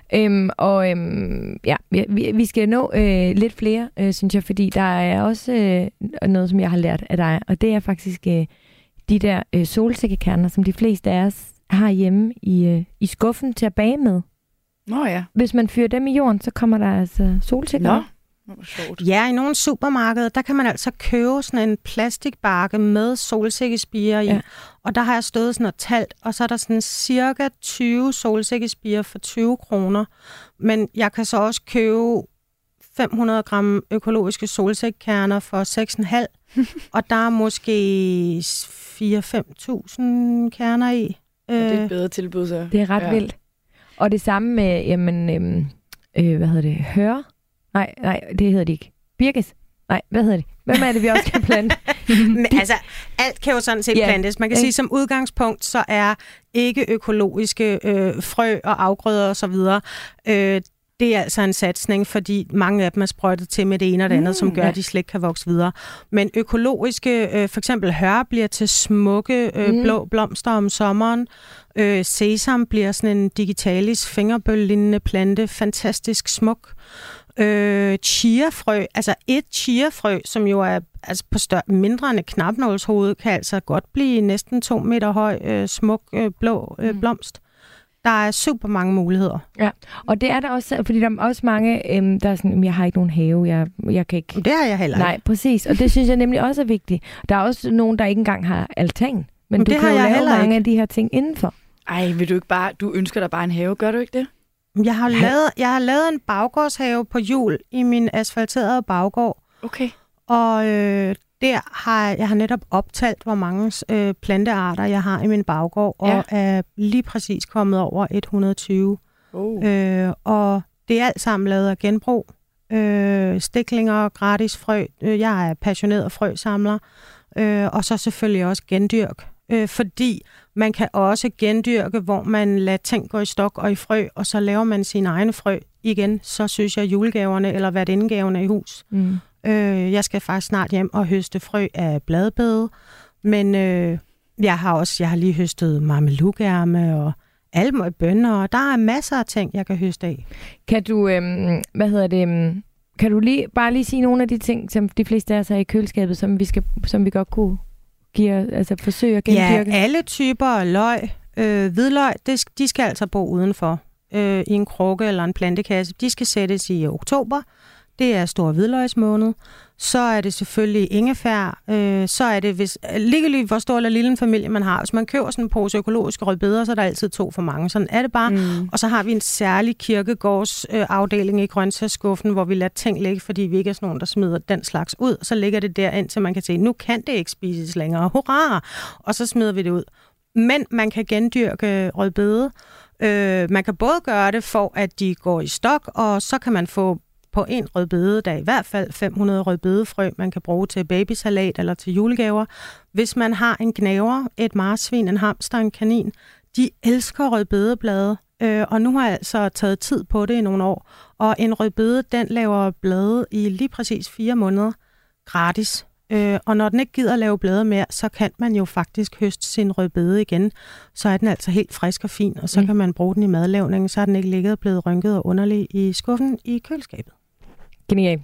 Vi skal nå lidt flere, synes jeg, fordi der er også noget, som jeg har lært af dig, og det er faktisk de der solsikkekerner, som de fleste af os har hjemme i skuffen til at bage med. Nå ja. Hvis man fyrer dem i jorden, så kommer der altså solsikker. Nå. Ja, i nogle supermarkeder, der kan man altså købe sådan en plastikbakke med solsikkespirer i. Ja. Og der har jeg stået sådan og talt, og så er der sådan cirka 20 solsikkespirer for 20 kroner. Men jeg kan så også købe 500 gram økologiske solsikkerner for 6,5. Og der er måske 4-5.000 kerner i. Det er et bedre tilbud, så. Det er ret vildt. Og det samme med, jamen, hvad hedder det? Høre? Nej, det hedder det ikke. Birkes? Nej, hvad hedder det? Hvem er det, vi også kan plante? Men, altså, alt kan jo sådan set plantes. Man kan sige, som udgangspunkt, så er ikke økologiske frø og afgrøder og så videre. Det er altså en satsning, fordi mange af dem er sprøjtet til med det ene og det andet, som gør, at de slet ikke kan vokse videre. Men økologiske, for eksempel hør, bliver til smukke blå blomster om sommeren. Sesam bliver sådan en digitalis fingerbøl-lignende plante, fantastisk smuk. Chiafrø, altså et chiafrø, som jo er altså på mindre end et knapnålshoved, kan altså godt blive næsten 2 meter høj, smuk blå blomst. Der er super mange muligheder. Ja, og det er der også, fordi der er også mange, der er sådan, jeg har ikke nogen have, jeg kan ikke... Det har jeg heller ikke. Nej, præcis, og det synes jeg nemlig også er vigtigt. Der er også nogen, der ikke engang har altan, men du kan jo lave mange af de her ting indenfor. Ej, vil du ikke bare, du ønsker dig bare en have, gør du ikke det? Jeg har lavet en baggårdshave på hjul i min asfalterede baggård. Okay. Og jeg har netop optalt, hvor mange plantearter jeg har i min baggård, og er lige præcis kommet over 120. Og det er alt sammen lavet af genbrug. Stiklinger, gratis frø. Jeg er passioneret frøsamler. Og så selvfølgelig også gendyrk. Fordi man kan også gendyrke, hvor man lader ting gå i stok og i frø, og så laver man sine egne frø igen. Så synes jeg julegaverne eller værtindegaverne i hus. Jeg skal faktisk snart hjem og høste frø af bladbede, men jeg har lige høstet mamelukærme og alle bønner, og der er masser af ting, jeg kan høste af. Kan du, kan du lige sige nogle af de ting, som de fleste af os har i køleskabet, som vi godt kunne forsøge at gendyrke? Ja, alle typer løg, hvidløg, de skal altså bo udenfor i en krukke eller en plantekasse. De skal sættes i oktober. Det er stor hvidløgsmåned. Så er det selvfølgelig ingefær. Så er det, ligegyldigt hvor stor eller lille en familie man har. Hvis man køber sådan en pose økologiske rødbeder, så er der altid 2 for mange. Sådan er det bare. Og så har vi en særlig kirkegårdsafdeling i grøntsagsskuffen, hvor vi lader ting ligge, fordi vi ikke er sådan nogen, der smider den slags ud. Så ligger det der, indtil man kan se, nu kan det ikke spises længere. Hurra! Og så smider vi det ud. Men man kan gendyrke rødbede. Man kan både gøre det for, at de går i stok, og så kan man få på en rødbededag, i hvert fald 500 rødbedefrø, man kan bruge til babysalat eller til julegaver. Hvis man har en gnæver, et marsvin, en hamster, en kanin, de elsker rødbedeblade, og nu har jeg altså taget tid på det i nogle år. Og en rødbede, den laver blade i lige præcis 4 måneder gratis. Og når den ikke gider at lave blade mere, så kan man jo faktisk høste sin rødbede igen. Så er den altså helt frisk og fin, og så kan man bruge den i madlavningen, så er den ikke ligget og blevet rynket og underlig i skuffen i køleskabet. Genialt.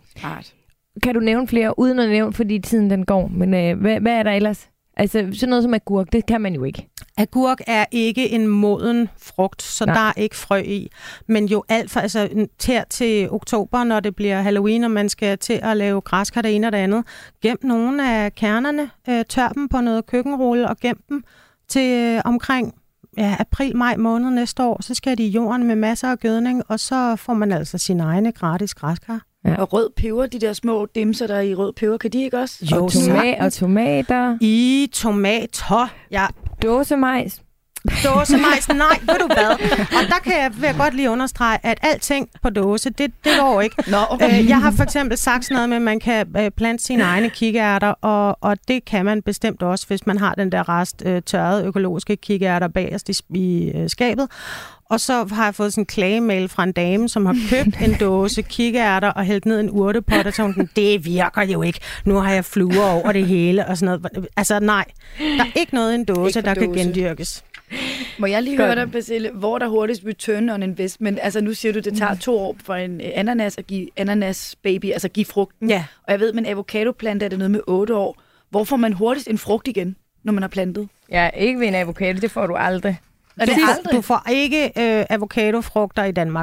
Kan du nævne flere, uden at nævne, fordi tiden den går, men hvad er der ellers? Altså sådan noget som agurk, det kan man jo ikke. Agurk er ikke en moden frugt, så der er ikke frø i. Men jo alt for, altså til oktober, når det bliver Halloween, og man skal til at lave græskar det ene og det andet, gem nogle af kernerne, tør dem på noget køkkenrulle og gem dem til omkring april-maj måned næste år. Så skal de i jorden med masser af gødning, og så får man altså sine egne gratis græskar. Ja. Og rød peber, de der små dimser, der er i rød peber, kan de ikke også? Jo, og tomater. I tomater, ja. Dåsemajs. Dåsemajs, nej, ved du hvad? Og der vil jeg godt lige understrege, at alting på dåse, det går ikke. Nå, okay. Jeg har for eksempel sagt sådan noget med, at man kan plante sine egne kikærter, og det kan man bestemt også, hvis man har den der rest tørrede økologiske kikærter bagerst i skabet. Og så har jeg fået sådan en klagemail fra en dame, som har købt en dåse kikærter og hældt ned en urtepot, og så det virker jo ikke. Nu har jeg fluer over det hele og sådan noget. Altså nej, der er ikke noget i en dåse, der kan gendyrkes. Må jeg lige høre dig, Basile, hvor der hurtigst return on investment? Altså nu siger du, det tager 2 år for en ananas at give ananas baby, altså give frugten. Ja. Og jeg ved, med en avocadoplante er det noget med 8 år. Hvor får man hurtigst en frugt igen, når man har plantet? Ja, ikke ved en avocado, det får du aldrig. Du får ikke avocadofrugter i Danmark.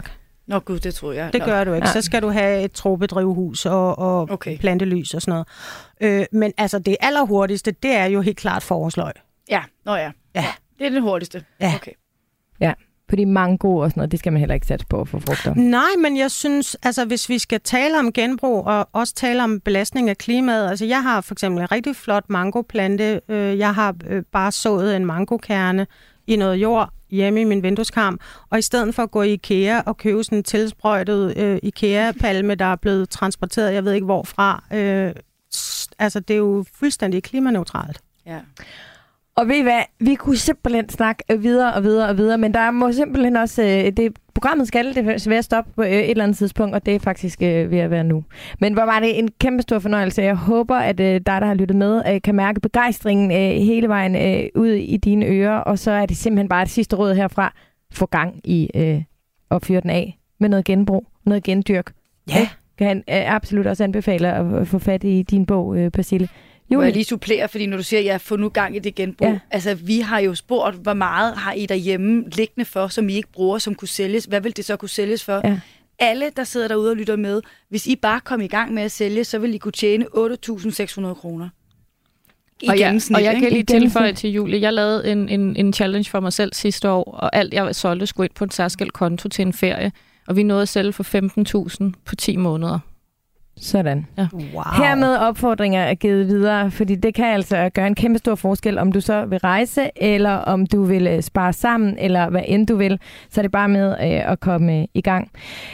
Nå gud, det tror jeg. Det gør du ikke. Så skal du have et tropedrivhus og plantelys og sådan noget. Men altså, det allerhurtigste, det er jo helt klart forårsløg. Ja, ja. Det er det hurtigste. Ja. Okay. Ja, fordi mango og sådan noget, det skal man heller ikke satse på for frugter. Nej, men jeg synes, altså hvis vi skal tale om genbrug og også tale om belastning af klimaet, altså jeg har for eksempel en rigtig flot mangoplante. Jeg har bare sået en mangokerne i noget jord hjemme i min vindueskarm, og i stedet for at gå i IKEA og købe sådan en tilsprøjtet IKEA-palme, der er blevet transporteret, jeg ved ikke hvorfra, altså det er jo fuldstændig klimaneutralt. Ja. Og ved I hvad, vi kunne simpelthen snakke videre, men der må simpelthen også, programmet skal desværre stoppe på et eller andet tidspunkt, og det er faktisk ved at være nu. Men hvor var det en kæmpe stor fornøjelse. Jeg håber, at dig, der har lyttet med, kan mærke begejstringen hele vejen ud i dine ører, og så er det simpelthen bare det sidste råd herfra. Få gang i at fyre den af med noget genbrug, noget gendyrk. Ja. Kan han absolut også anbefale at få fat i din bog, Persille. Må jeg lige supplere, fordi når du siger, at jeg får nu gang i det genbrug. Ja. Altså, vi har jo spurgt, hvor meget har I derhjemme liggende for, som I ikke bruger, som kunne sælges? Hvad vil det så kunne sælges for? Ja. Alle, der sidder derude og lytter med, hvis I bare kom i gang med at sælge, så vil I kunne tjene 8.600 kroner. Og jeg kan lige tilføje til Julie, jeg lavede en challenge for mig selv sidste år, og alt jeg solgte skulle ind på en særskilt konto til en ferie, og vi nåede at sælge for 15.000 på 10 måneder. Sådan. Ja. Wow. Hermed opfordringer er givet videre, fordi det kan altså gøre en kæmpe stor forskel, om du så vil rejse, eller om du vil spare sammen, eller hvad end du vil. Så er det bare med at komme i gang.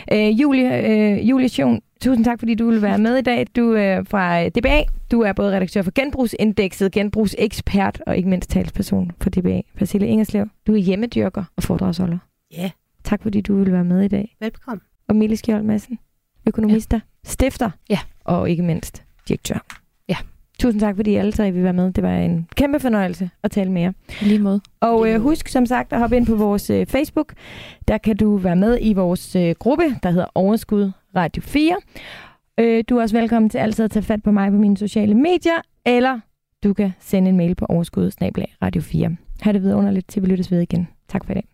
Julie Schoen, tusind tak, fordi du vil være med i dag. Du er fra DBA. Du er både redaktør for Genbrugsindekset, genbrugsekspert og ikke mindst talsperson for DBA. Persille Ingerslev, du er hjemmedyrker og foredragsholder. Ja. Yeah. Tak, fordi du vil være med i dag. Velkommen. Og Mille Skjold Madsen, økonomister, stifter og ikke mindst direktør. Ja. Tusind tak, fordi alle tre vil være med. Det var en kæmpe fornøjelse at tale med jer. Lige måde. Og husk som sagt at hoppe ind på vores Facebook. Der kan du være med i vores gruppe, der hedder Overskud Radio 4. Du er også velkommen til altid at tage fat på mig på mine sociale medier, eller du kan sende en mail på overskud@radio4. Ha' det vidunderligt til vi lyttes ved igen. Tak for i dag.